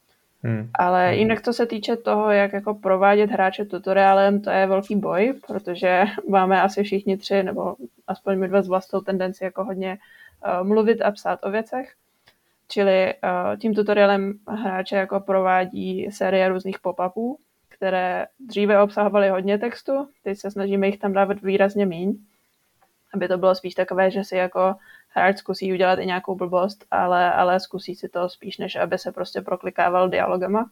Ale jinak, co se týče toho, jak jako provádět hráče tutoriálem, to je velký boj, protože máme asi všichni 3, nebo aspoň my 2 s vlastnou tendenci jako hodně mluvit a psát o věcech. Čili tím tutoriálem hráče jako provádí série různých pop-upů, které dříve obsahovaly hodně textu, teď se snažíme jich tam dávat výrazně míň, aby to bylo spíš takové, že si jako hráč zkusí udělat i nějakou blbost, ale zkusí si to spíš, než aby se prostě proklikával dialogama.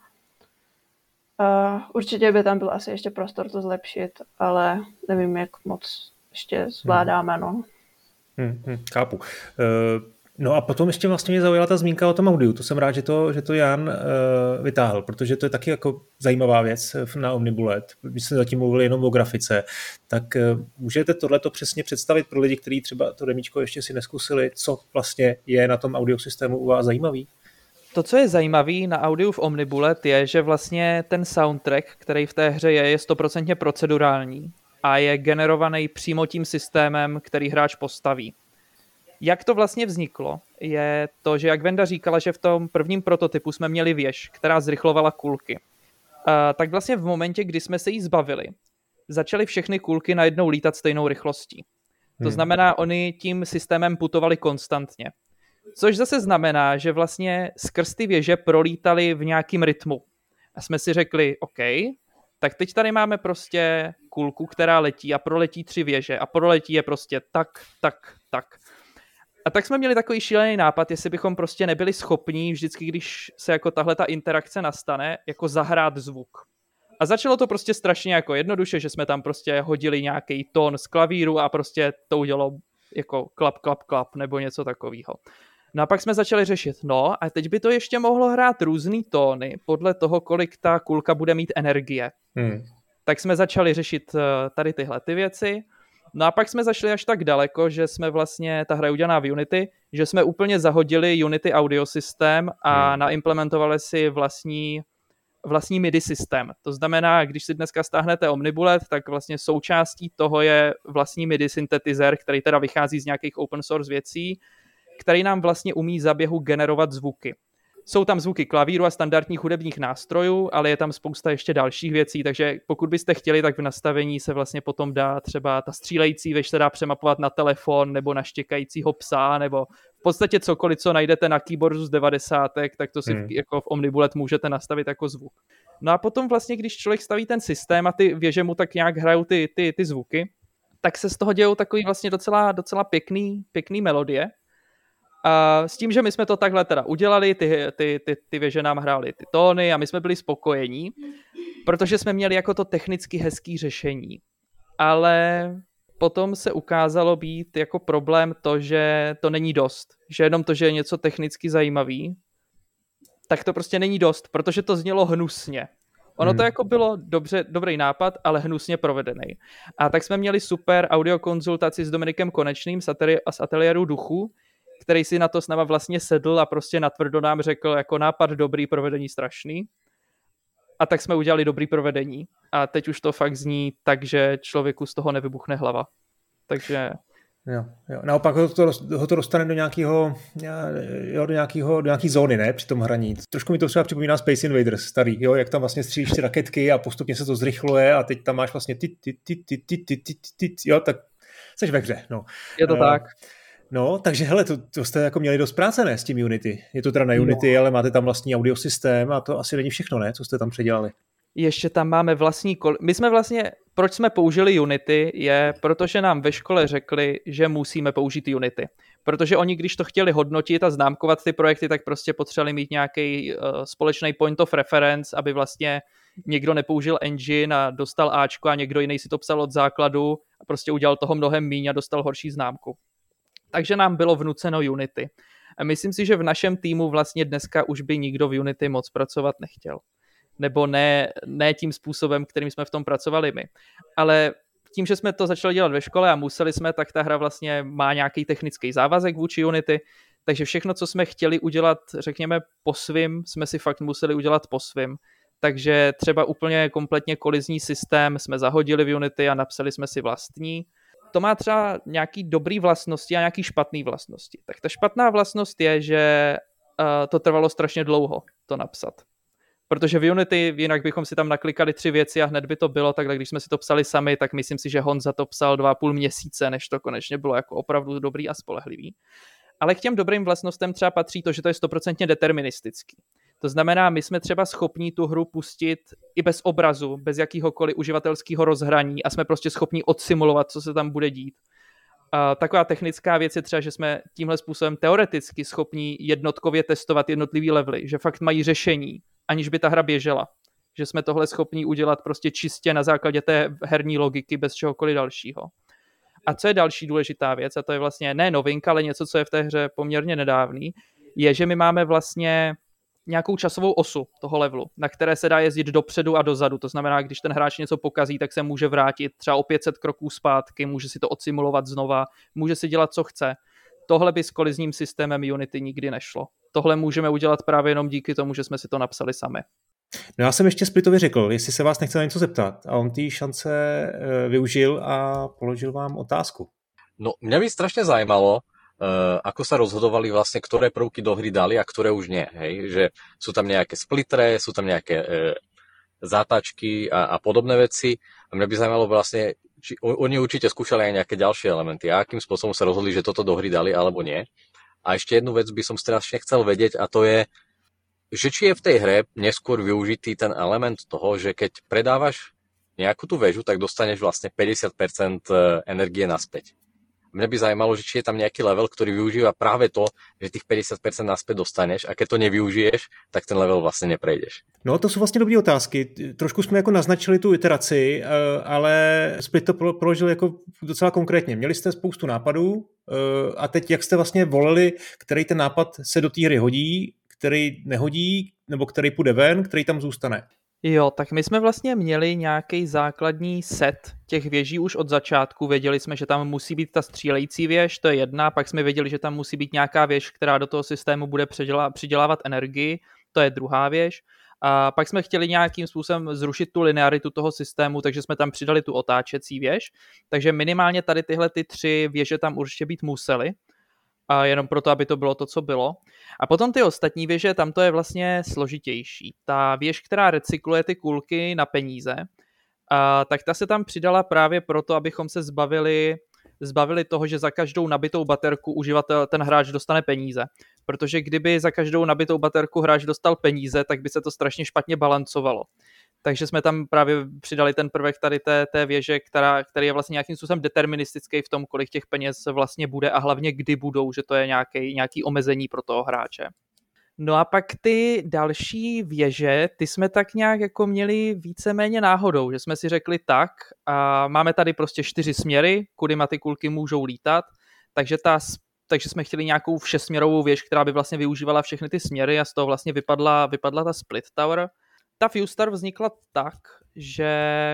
Určitě by tam byl asi ještě prostor to zlepšit, ale nevím, jak moc ještě zvládáme, no. Chápu. No a potom ještě vlastně mě zaujala ta zmínka o tom audiu. To jsem rád, že to Jan vytáhl, protože to je taky jako zajímavá věc na Omnibullet. My jsme zatím mluvili jenom o grafice. Tak můžete tohleto přesně představit pro lidi, kteří třeba to demíčko ještě si neskusili, co vlastně je na tom audiosystému u vás zajímavý? To, co je zajímavý na audiu v Omnibullet, je, že vlastně ten soundtrack, který v té hře je 100% procedurální a je generovaný přímo tím systémem, který hráč postaví. Jak to vlastně vzniklo, je to, že jak Venda říkala, že v tom prvním prototypu jsme měli věž, která zrychlovala kulky. Tak vlastně v momentě, kdy jsme se jí zbavili, začaly všechny kulky najednou lítat stejnou rychlostí. To znamená, oni tím systémem putovali konstantně. Což zase znamená, že vlastně skrz ty věže prolítali v nějakým rytmu. A jsme si řekli, OK, tak teď tady máme prostě kulku, která letí a proletí 3 věže a proletí je prostě tak. A tak jsme měli takový šílený nápad, jestli bychom prostě nebyli schopní vždycky, když se jako tahle ta interakce nastane, jako zahrát zvuk. A začalo to prostě strašně jako jednoduše, že jsme tam prostě hodili nějaký tón z klavíru a prostě to udělalo jako klap nebo něco takového. No a pak jsme začali řešit, no a teď by to ještě mohlo hrát různý tóny podle toho, kolik ta kulka bude mít energie. Tak jsme začali řešit tady tyhle ty věci. No a pak jsme zašli až tak daleko, že jsme vlastně, ta hra je udělaná v Unity, že jsme úplně zahodili Unity audio systém a naimplementovali si vlastní MIDI systém. To znamená, když si dneska stáhnete Omnibullet, tak vlastně součástí toho je vlastní MIDI syntetizer, který teda vychází z nějakých open source věcí, který nám vlastně umí za běhu generovat zvuky. Jsou tam zvuky klavíru a standardních hudebních nástrojů, ale je tam spousta ještě dalších věcí, takže pokud byste chtěli, tak v nastavení se vlastně potom dá třeba ta střílející věž se dá přemapovat na telefon nebo na štěkajícího psa, nebo v podstatě cokoliv, co najdete na keyboardu z 90, tak to si jako v Omnibullet můžete nastavit jako zvuk. No a potom vlastně, když člověk staví ten systém a ty věže mu tak nějak hrajou ty zvuky, tak se z toho dějou takový vlastně docela pěkný melodie. A s tím, že my jsme to takhle teda udělali, ty věže nám hrály ty tóny a my jsme byli spokojení, protože jsme měli jako to technicky hezký řešení. Ale potom se ukázalo být jako problém to, že to není dost. Že jenom to, že je něco technicky zajímavý, tak to prostě není dost, protože to znělo hnusně. Ono to jako bylo dobrý nápad, ale hnusně provedený. A tak jsme měli super audiokonzultaci s Dominikem Konečným z Ateliéru duchu, který si na to s náma vlastně sedl a prostě natvrdo nám řekl jako nápad dobrý, provedení strašný. A tak jsme udělali dobrý provedení. A teď už to fakt zní tak, že člověku z toho nevybuchne hlava. Takže... Jo. Naopak ho to dostane do nějaký zóny, ne, při tom hraní. Trošku mi to třeba připomíná Space Invaders starý, jo, jak tam vlastně střílíš ty raketky a postupně se to zrychluje a teď tam máš vlastně jo, tak seš ve hře, no. Je to tak. No, takže hele, to jste jako měli dost práce, ne, s tím Unity. Je to teda na Unity, ale máte tam vlastní audiosystém a to asi není všechno, ne, co jste tam předělali. Ještě tam máme vlastní my jsme vlastně, proč jsme použili Unity, je protože nám ve škole řekli, že musíme použít Unity. Protože oni, když to chtěli hodnotit a známkovat ty projekty, tak prostě potřebovali mít nějaký společný point of reference, aby vlastně někdo nepoužil engine a dostal Ačko a někdo jiný si to psal od základu a prostě udělal toho mnohem míň a dostal horší známku. Takže nám bylo vnuceno Unity. A myslím si, že v našem týmu vlastně dneska už by nikdo v Unity moc pracovat nechtěl. Nebo ne tím způsobem, kterým jsme v tom pracovali my. Ale tím, že jsme to začali dělat ve škole a museli jsme, tak ta hra vlastně má nějaký technický závazek vůči Unity, takže všechno, co jsme chtěli udělat, řekněme, po svým, jsme si fakt museli udělat po svým. Takže třeba úplně kompletně kolizní systém jsme zahodili v Unity a napsali jsme si vlastní. To má třeba nějaký dobrý vlastnosti a nějaký špatný vlastnosti. Tak ta špatná vlastnost je, že to trvalo strašně dlouho to napsat. Protože v Unity, jinak bychom si tam naklikali 3 věci a hned by to bylo, takhle když jsme si to psali sami, tak myslím si, že Honza to psal 2,5 měsíce, než to konečně bylo jako opravdu dobrý a spolehlivý. Ale k těm dobrým vlastnostem třeba patří to, že to je 100% deterministický. To znamená, my jsme třeba schopní tu hru pustit i bez obrazu, bez jakýhokoliv uživatelského rozhraní a jsme prostě schopní odsimulovat, co se tam bude dít. A taková technická věc je třeba, že jsme tímhle způsobem teoreticky schopní jednotkově testovat jednotlivý levely, že fakt mají řešení, aniž by ta hra běžela. Že jsme tohle schopní udělat prostě čistě na základě té herní logiky bez čehokoliv dalšího. A co je další důležitá věc, a to je vlastně ne novinka, ale něco, co je v té hře poměrně nedávný, je, že my máme vlastně nějakou časovou osu toho levelu, na které se dá jezdit dopředu a dozadu. To znamená, když ten hráč něco pokazí, tak se může vrátit třeba o 500 kroků zpátky, může si to odsimulovat znova, může si dělat, co chce. Tohle by s kolizním systémem Unity nikdy nešlo. Tohle můžeme udělat právě jenom díky tomu, že jsme si to napsali sami. No já jsem ještě Splitovi řekl, jestli se vás nechce na něco zeptat. A on té šance využil a položil vám otázku. No, mňa by strašne zajímalo, ako sa rozhodovali vlastne, ktoré prvky do hry dali a ktoré už nie. Hej? Že sú tam nejaké splitre, sú tam nejaké zátačky a podobné veci. A mňa by zajímalo vlastne, či oni určite skúšali aj nejaké ďalšie elementy a akým spôsobom sa rozhodli, že toto do hry dali alebo nie. A ešte jednu vec by som strašne chcel vedieť a to je, že či je v tej hre neskôr využitý ten element toho, že keď predávaš nejakú tú väžu, tak dostaneš vlastne 50% energie naspäť. Mňa by zajímalo, že či je tam nejaký level, ktorý využíva práve to, že tých 50% naspäť dostaneš a keď to nevyužiješ, tak ten level vlastne neprejdeš. No to jsou vlastně dobré otázky. Trošku jsme jako naznačili tu iteraci, ale Split to položil jako docela konkrétně. Měli jste spoustu nápadů a teď jak jste vlastně volili, který ten nápad se do té hry hodí, který nehodí, nebo který půjde ven, který tam zůstane? Jo, tak my jsme vlastně měli nějaký základní set těch věží už od začátku. Věděli jsme, že tam musí být ta střílející věž, to je jedna, pak jsme věděli, že tam musí být nějaká věž, která do toho systému bude přidělávat energii, to je druhá věž. A pak jsme chtěli nějakým způsobem zrušit tu linearitu toho systému, takže jsme tam přidali tu otáčecí věž. Takže minimálně tady tyhle ty 3 věže tam určitě být musely. A jenom proto, aby to bylo to, co bylo. A potom ty ostatní věže, tam to je vlastně složitější. Ta věž, která recykluje ty kulky na peníze, tak ta se tam přidala právě proto, abychom se zbavili toho, že za každou nabitou baterku uživatel, ten hráč dostane peníze. Protože kdyby za každou nabitou baterku hráč dostal peníze, tak by se to strašně špatně balancovalo. Takže jsme tam právě přidali ten prvek tady té věže, který je vlastně nějakým způsobem deterministický v tom, kolik těch peněz vlastně bude a hlavně kdy budou, že to je nějaký omezení pro toho hráče. No a pak ty další věže, ty jsme tak nějak jako měli víceméně náhodou, že jsme si řekli tak a máme tady prostě 4 směry, kudyma ty kulky můžou lítat, takže jsme chtěli nějakou všesměrovou věž, která by vlastně využívala všechny ty směry a z toho vlastně vypadla ta Split Tower. Ta Fuse Tower vznikla tak, že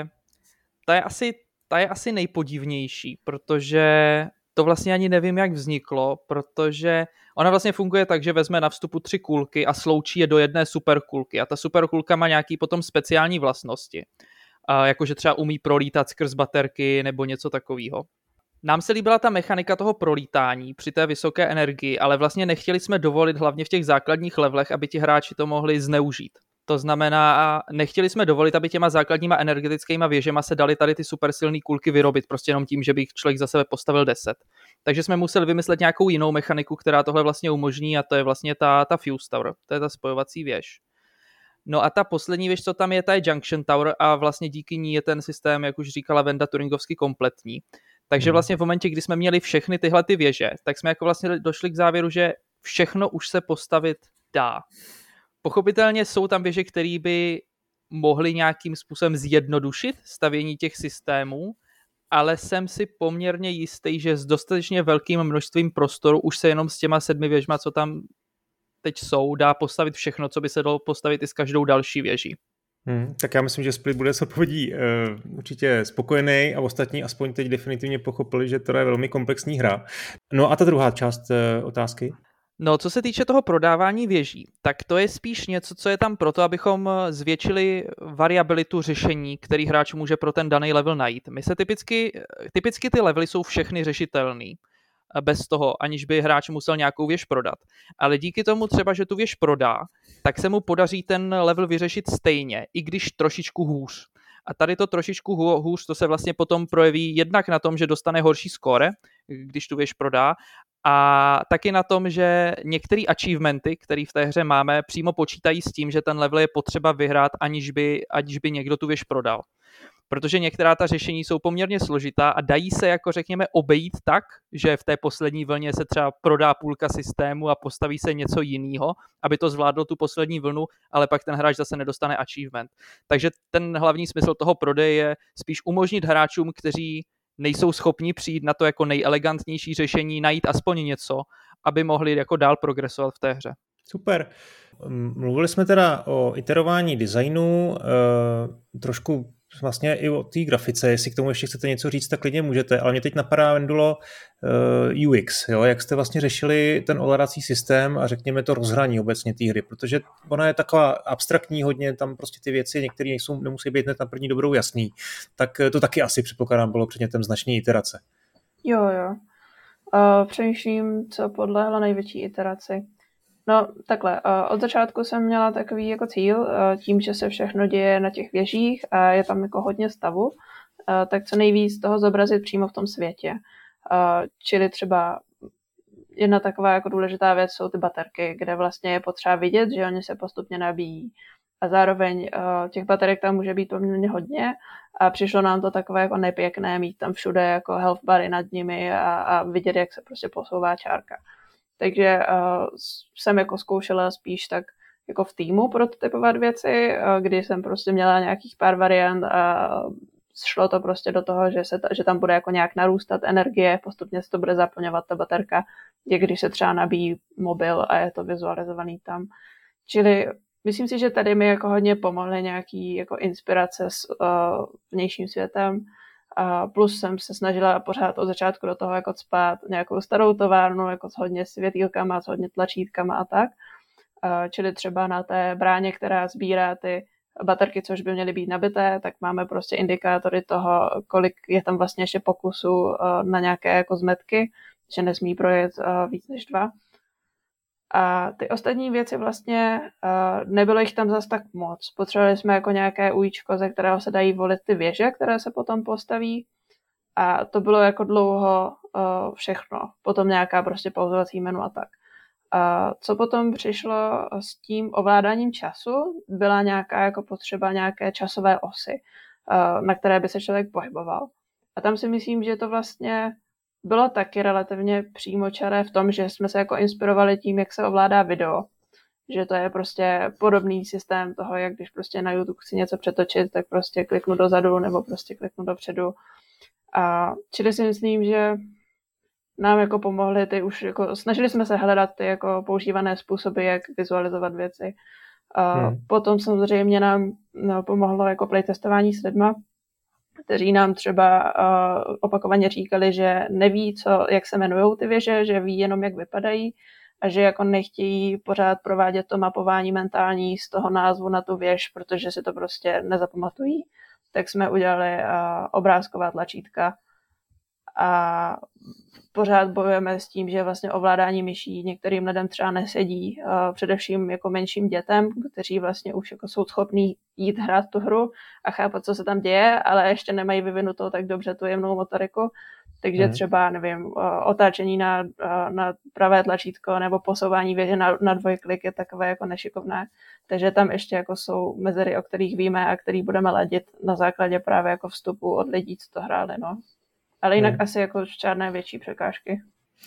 ta je asi nejpodivnější, protože to vlastně ani nevím, jak vzniklo, protože ona vlastně funguje tak, že vezme na vstupu 3 kulky a sloučí je do jedné superkulky a ta superkulka má nějaký potom speciální vlastnosti, jakože třeba umí prolítat skrz baterky nebo něco takového. Nám se líbila ta mechanika toho prolítání při té vysoké energii, ale vlastně nechtěli jsme dovolit hlavně v těch základních levelech, aby ti hráči to mohli zneužít. To znamená, nechtěli jsme dovolit, aby těma základníma energetickýma věžema se dali tady ty supersilné kulky vyrobit, prostě jenom tím, že by člověk za sebe postavil 10. Takže jsme museli vymyslet nějakou jinou mechaniku, která tohle vlastně umožní a to je vlastně ta Fuse Tower, to je ta spojovací věž. No a ta poslední věž, co tam je, ta je Junction Tower a vlastně díky ní je ten systém, jak už říkala Venda, turingovsky kompletní. Takže vlastně v momentě, kdy jsme měli všechny tyhle ty věže, tak jsme jako vlastně došli k závěru, že všechno už se postavit dá. Pochopitelně jsou tam věže, které by mohly nějakým způsobem zjednodušit stavění těch systémů, ale jsem si poměrně jistý, že s dostatečně velkým množstvím prostoru už se jenom s těma 7 věžma, co tam teď jsou, dá postavit všechno, co by se dalo postavit i s každou další věží. Tak já myslím, že Split bude s odpovědí určitě spokojený a ostatní aspoň teď definitivně pochopili, že to je velmi komplexní hra. No a ta druhá část otázky? No, co se týče toho prodávání věží, tak to je spíš něco, co je tam proto, abychom zvětšili variabilitu řešení, který hráč může pro ten daný level najít. My se typicky ty levely jsou všechny řešitelný, bez toho, aniž by hráč musel nějakou věž prodat. Ale díky tomu třeba, že tu věž prodá, tak se mu podaří ten level vyřešit stejně, i když trošičku hůř. A tady to trošičku hůř, to se vlastně potom projeví jednak na tom, že dostane horší skóre, když tu věž prodá, a taky na tom, že některé achievementy, které v té hře máme, přímo počítají s tím, že ten level je potřeba vyhrát, aniž by někdo tu věž prodal. Protože některá ta řešení jsou poměrně složitá a dají se, jako řekněme, obejít tak, že v té poslední vlně se třeba prodá půlka systému a postaví se něco jiného, aby to zvládlo tu poslední vlnu, ale pak ten hráč zase nedostane achievement. Takže ten hlavní smysl toho prodeje je spíš umožnit hráčům, kteří nejsou schopni přijít na to jako nejelegantnější řešení, najít aspoň něco, aby mohli jako dál progresovat v té hře. Super. Mluvili jsme teda o iterování designu, trošku vlastně i o té grafice, jestli k tomu ještě chcete něco říct, tak klidně můžete, ale mě teď napadá, Vendulo, UX, jo? Jak jste vlastně řešili ten ovládací systém a řekněme to rozhraní obecně té hry, protože ona je taková abstraktní hodně, tam prostě ty věci některé nemusí být hned na první dobrou jasný, tak to taky asi předpokládám bylo předmětem značné iterace. Jo. Přemýšlím, co podlehlo největší iteraci. No takhle, od začátku jsem měla takový jako cíl, tím, že se všechno děje na těch věžích a je tam jako hodně stavu, tak co nejvíc toho zobrazit přímo v tom světě. Čili třeba jedna taková jako důležitá věc jsou ty baterky, kde vlastně je potřeba vidět, že oni se postupně nabíjí. A zároveň těch baterek tam může být poměrně hodně a přišlo nám to takové jako nepěkné mít tam všude jako health bary nad nimi a vidět, jak se prostě posouvá čárka. Takže jsem jako zkoušela spíš tak jako v týmu prototypovat věci, kdy jsem prostě měla nějakých pár variant a šlo to prostě do toho, že tam bude jako nějak narůstat energie, postupně se to bude zaplňovat ta baterka, když se třeba nabíjí mobil a je to vizualizovaný tam. Čili myslím si, že tady mi jako hodně pomohly nějaký jako inspirace s vnějším světem. Plus jsem se snažila pořád od začátku do toho jako cpát nějakou starou továrnu, jako s hodně světýlkama, s hodně tlačítkama a tak. Čili třeba na té bráně, která sbírá ty baterky, což by měly být nabité, tak máme prostě indikátory toho, kolik je tam vlastně ještě pokusů na nějaké jako zmetky, že nesmí projet víc než 2. A ty ostatní věci vlastně nebylo jich tam zas tak moc. Potřebovali jsme jako nějaké ujíčko, ze kterého se dají volit ty věže, které se potom postaví. A to bylo jako dlouho všechno. Potom nějaká prostě pauzovací menu a tak. Co potom přišlo s tím ovládáním času, byla nějaká jako potřeba nějaké časové osy, na které by se člověk pohyboval. A tam si myslím, že to vlastně bylo taky relativně přímočaré v tom, že jsme se jako inspirovali tím, jak se ovládá video. Že to je prostě podobný systém toho, jak když prostě na YouTube chci něco přetočit, tak prostě kliknu dozadu nebo prostě kliknu dopředu. Čili si myslím, že nám jako pomohly ty už jako, snažili jsme se hledat ty jako používané způsoby, jak vizualizovat věci. Potom samozřejmě nám pomohlo jako playtestování s lidma, kteří nám třeba opakovaně říkali, že neví, jak se jmenujou ty věže, že ví jenom, jak vypadají a že jako nechtějí pořád provádět to mapování mentální z toho názvu na tu věž, protože si to prostě nezapamatují. Tak jsme udělali obrázková tlačítka a pořád bojujeme s tím, že vlastně ovládání myší některým lidem třeba nesedí, především jako menším dětem, kteří vlastně už jako jsou schopní jít hrát tu hru a chápat, co se tam děje, ale ještě nemají vyvinutou tak dobře tu jemnou motoriku. Takže třeba, nevím, otáčení na pravé tlačítko nebo posouvání věže na dvojklik je takové jako nešikovné. Takže tam ještě jako jsou mezery, o kterých víme a který budeme ladit na základě právě jako vstupu od lidí, co to hráli, no. Ale jinak asi jako žádné větší překážky.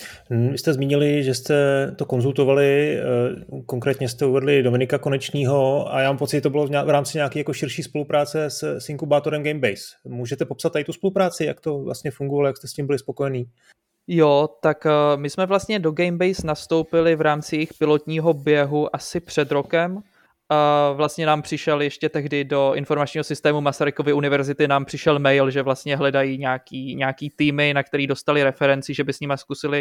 Vy jste zmínili, že jste to konzultovali, konkrétně jste uvedli Dominika Konečního a já mám pocit, že to bylo v rámci nějaké jako širší spolupráce s inkubátorem Gamebase. Můžete popsat tady tu spolupráci, jak to vlastně fungovalo, jak jste s tím byli spokojení? Jo, tak my jsme vlastně do Gamebase nastoupili v rámci jejich pilotního běhu asi před rokem. Vlastně nám přišel ještě tehdy do informačního systému Masarykovy univerzity nám přišel mail, že vlastně hledají nějaký týmy, na který dostali referenci, že by s nimi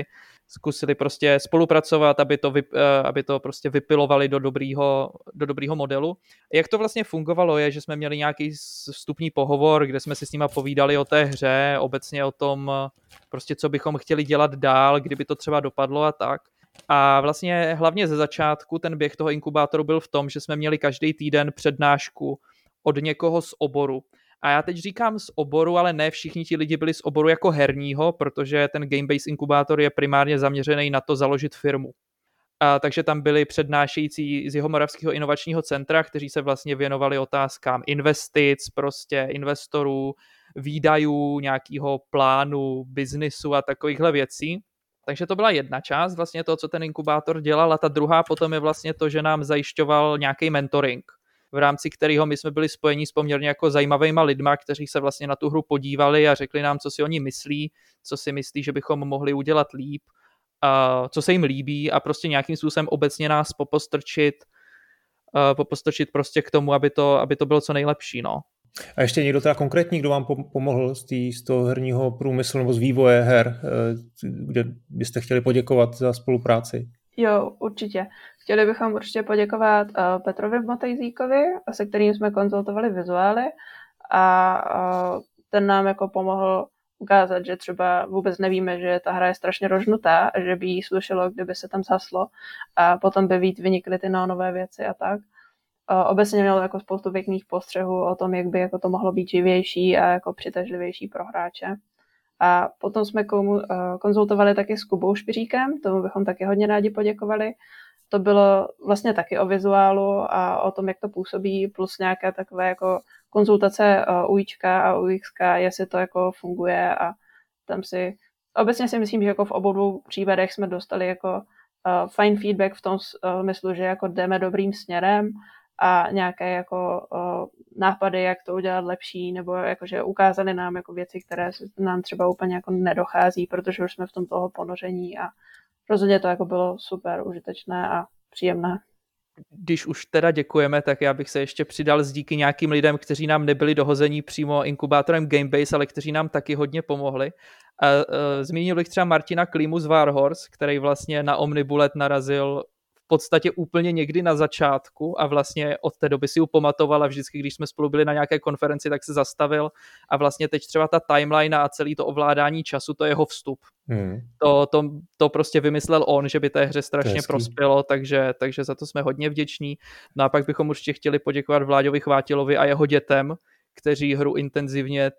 zkusili prostě spolupracovat, aby to prostě vypilovali do dobrýho modelu. Jak to vlastně fungovalo je, že jsme měli nějaký vstupní pohovor, kde jsme si s nimi povídali o té hře, obecně o tom prostě, co bychom chtěli dělat dál, kdyby to třeba dopadlo a tak. A vlastně hlavně ze začátku ten běh toho inkubátoru byl v tom, že jsme měli každý týden přednášku od někoho z oboru. A já teď říkám z oboru, ale ne všichni ti lidi byli z oboru jako herního, protože ten Gamebase inkubátor je primárně zaměřený na to založit firmu. Takže tam byli přednášející z Jihomoravského inovačního centra, kteří se vlastně věnovali otázkám investic, prostě investorů, výdajů, nějakého plánu, biznisu a takovýchhle věcí. Takže to byla jedna část, vlastně to, co ten inkubátor dělal, a ta druhá potom je vlastně to, že nám zajišťoval nějaký mentoring, v rámci kterého my jsme byli spojeni s poměrně jako zajímavýma lidma, kteří se vlastně na tu hru podívali a řekli nám, co si oni myslí, co si myslí, že bychom mohli udělat líp, co se jim líbí a prostě nějakým způsobem obecně nás popostrčit prostě k tomu, aby to bylo co nejlepší, no. A ještě někdo teda konkrétní, kdo vám pomohl z toho herního průmyslu nebo z vývoje her, kde byste chtěli poděkovat za spolupráci? Jo, určitě. Chtěli bychom určitě poděkovat Petrovi Motejzíkovi, se kterým jsme konzultovali vizuály a ten nám jako pomohl ukázat, že třeba vůbec nevíme, že ta hra je strašně rožnutá a že by jí slušelo, kdyby se tam zhaslo a potom by víc vynikly ty nové věci a tak. Obecně měl jako spoustu pěkných postřehů o tom, jak by jako to mohlo být živější a jako přitažlivější pro hráče. A potom jsme konzultovali taky s Kubou Špiříkem, tomu bychom taky hodně rádi poděkovali. To bylo vlastně taky o vizuálu a o tom, jak to působí, plus nějaké takové jako konzultace UIčka a UXka, jestli to jako funguje a tam obecně si myslím, že jako v obou dvou případech jsme dostali jako fajn feedback v tom smyslu, že jako jdeme dobrým směrem a nějaké jako nápady, jak to udělat lepší, nebo jakože ukázali nám jako věci, které nám třeba úplně jako nedochází, protože už jsme v tom toho ponoření a rozhodně to jako bylo super užitečné a příjemné. když už teda děkujeme, tak já bych se ještě přidal s díky nějakým lidem, kteří nám nebyli dohození přímo inkubátorem Gamebase, ale kteří nám taky hodně pomohli. A zmínil bych třeba Martina Klímu z Warhorse, který vlastně na Omnibullet narazil v podstatě úplně někdy na začátku a vlastně od té doby si ji pamatoval a vždycky, když jsme spolu byli na nějaké konferenci, tak se zastavil a vlastně teď třeba ta timeline a celý to ovládání času, to je jeho vstup. To prostě vymyslel on, že by té hře strašně prospělo, takže za to jsme hodně vděční. No a pak bychom určitě chtěli poděkovat Vláďovi Chvátilovi a jeho dětem, kteří hru intenzivně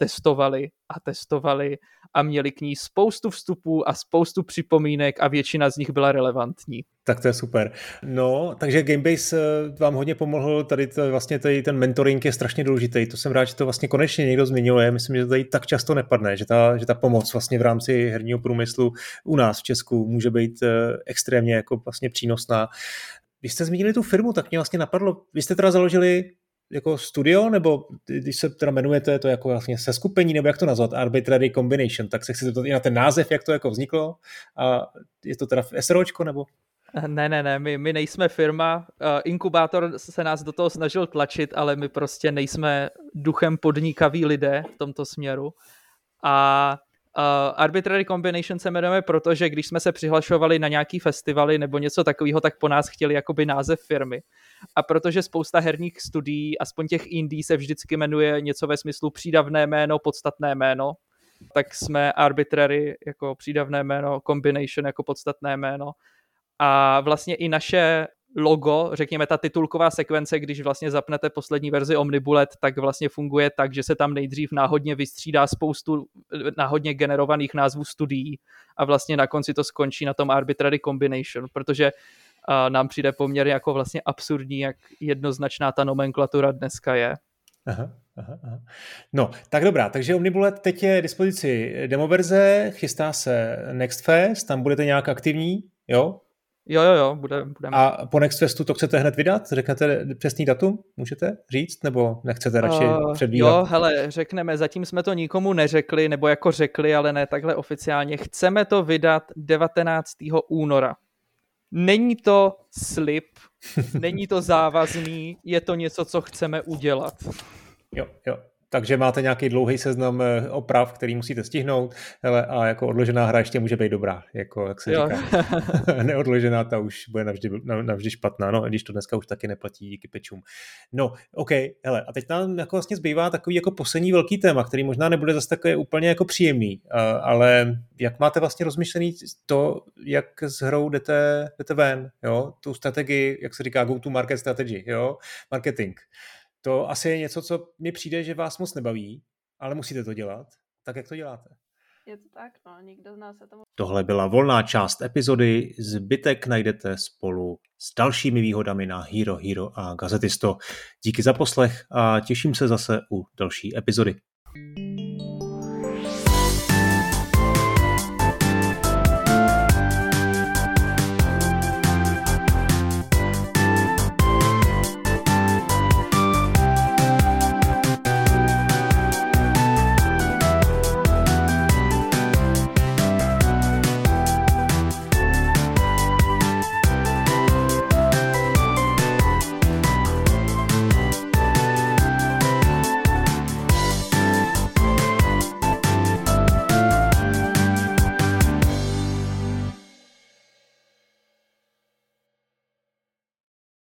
testovali a měli k ní spoustu vstupů a spoustu připomínek a většina z nich byla relevantní. Tak to je super. No, takže Gamebase vám hodně pomohl, tady ten mentoring je strašně důležitý, to jsem rád, že to vlastně konečně někdo zmínil, já myslím, že to tady tak často nepadne, že ta pomoc vlastně v rámci herního průmyslu u nás v Česku může být extrémně jako vlastně přínosná. Když jste zmínili tu firmu, tak mě vlastně napadlo, vy jste teda založili jako studio, nebo když se teda jmenujete to jako vlastně seskupení, nebo jak to nazvat, Arbitrary Combination, tak se chci zeptat i na ten název, jak to jako vzniklo a je to teda SROčko, nebo? Ne, my nejsme firma, inkubátor se nás do toho snažil tlačit, ale my prostě nejsme duchem podnikaví lidé v tomto směru a Arbitrary Combination se jmenujeme, protože když jsme se přihlašovali na nějaký festivaly nebo něco takového, tak po nás chtěli jakoby název firmy. A protože spousta herních studií, aspoň těch indie, se vždycky jmenuje něco ve smyslu přídavné jméno, podstatné jméno, tak jsme Arbitrary jako přídavné jméno, Combination jako podstatné jméno. A vlastně i naše logo, řekněme ta titulková sekvence, když vlastně zapnete poslední verzi Omnibullet, tak vlastně funguje tak, že se tam nejdřív náhodně vystřídá spoustu náhodně generovaných názvů studií a vlastně na konci to skončí na tom Arbitrary Combination, protože nám přijde poměrně jako vlastně absurdní, jak jednoznačná ta nomenklatura dneska je. Aha. No, tak dobrá, takže Omnibullet teď je k dispozici demoverze, chystá se Next Fest, tam budete nějak aktivní, jo? Jo, budeme. A po Next Festu to chcete hned vydat? Řeknete přesný datum? Můžete říct? Nebo nechcete radši předvídat? Jo, hele, řekneme, zatím jsme to nikomu neřekli, nebo jako řekli, ale ne takhle oficiálně. Chceme to vydat 19. února. Není to slib, není to závazný, je to něco, co chceme udělat. Jo. Takže máte nějaký dlouhý seznam oprav, který musíte stihnout, hele, a jako odložená hra ještě může být dobrá, jako jak se říká. Neodložená, ta už bude navždy špatná, no, když to dneska už taky neplatí díky pečům. No, OK, hele, a teď nám jako vlastně zbývá takový jako poslední velký téma, který možná nebude zase takový úplně jako příjemný, ale jak máte vlastně rozmyšlený to, jak s hrou jdete ven, jo, tu strategii, jak se říká go-to-market strategy, jo, marketing. To asi je něco, co mi přijde, že vás moc nebaví, ale musíte to dělat. Tak jak to děláte? Je to tak, no, nikdo z nás se tomu... Tohle byla volná část epizody, zbytek najdete spolu s dalšími výhodami na Hero Hero a Gazetisto. Díky za poslech a těším se zase u další epizody.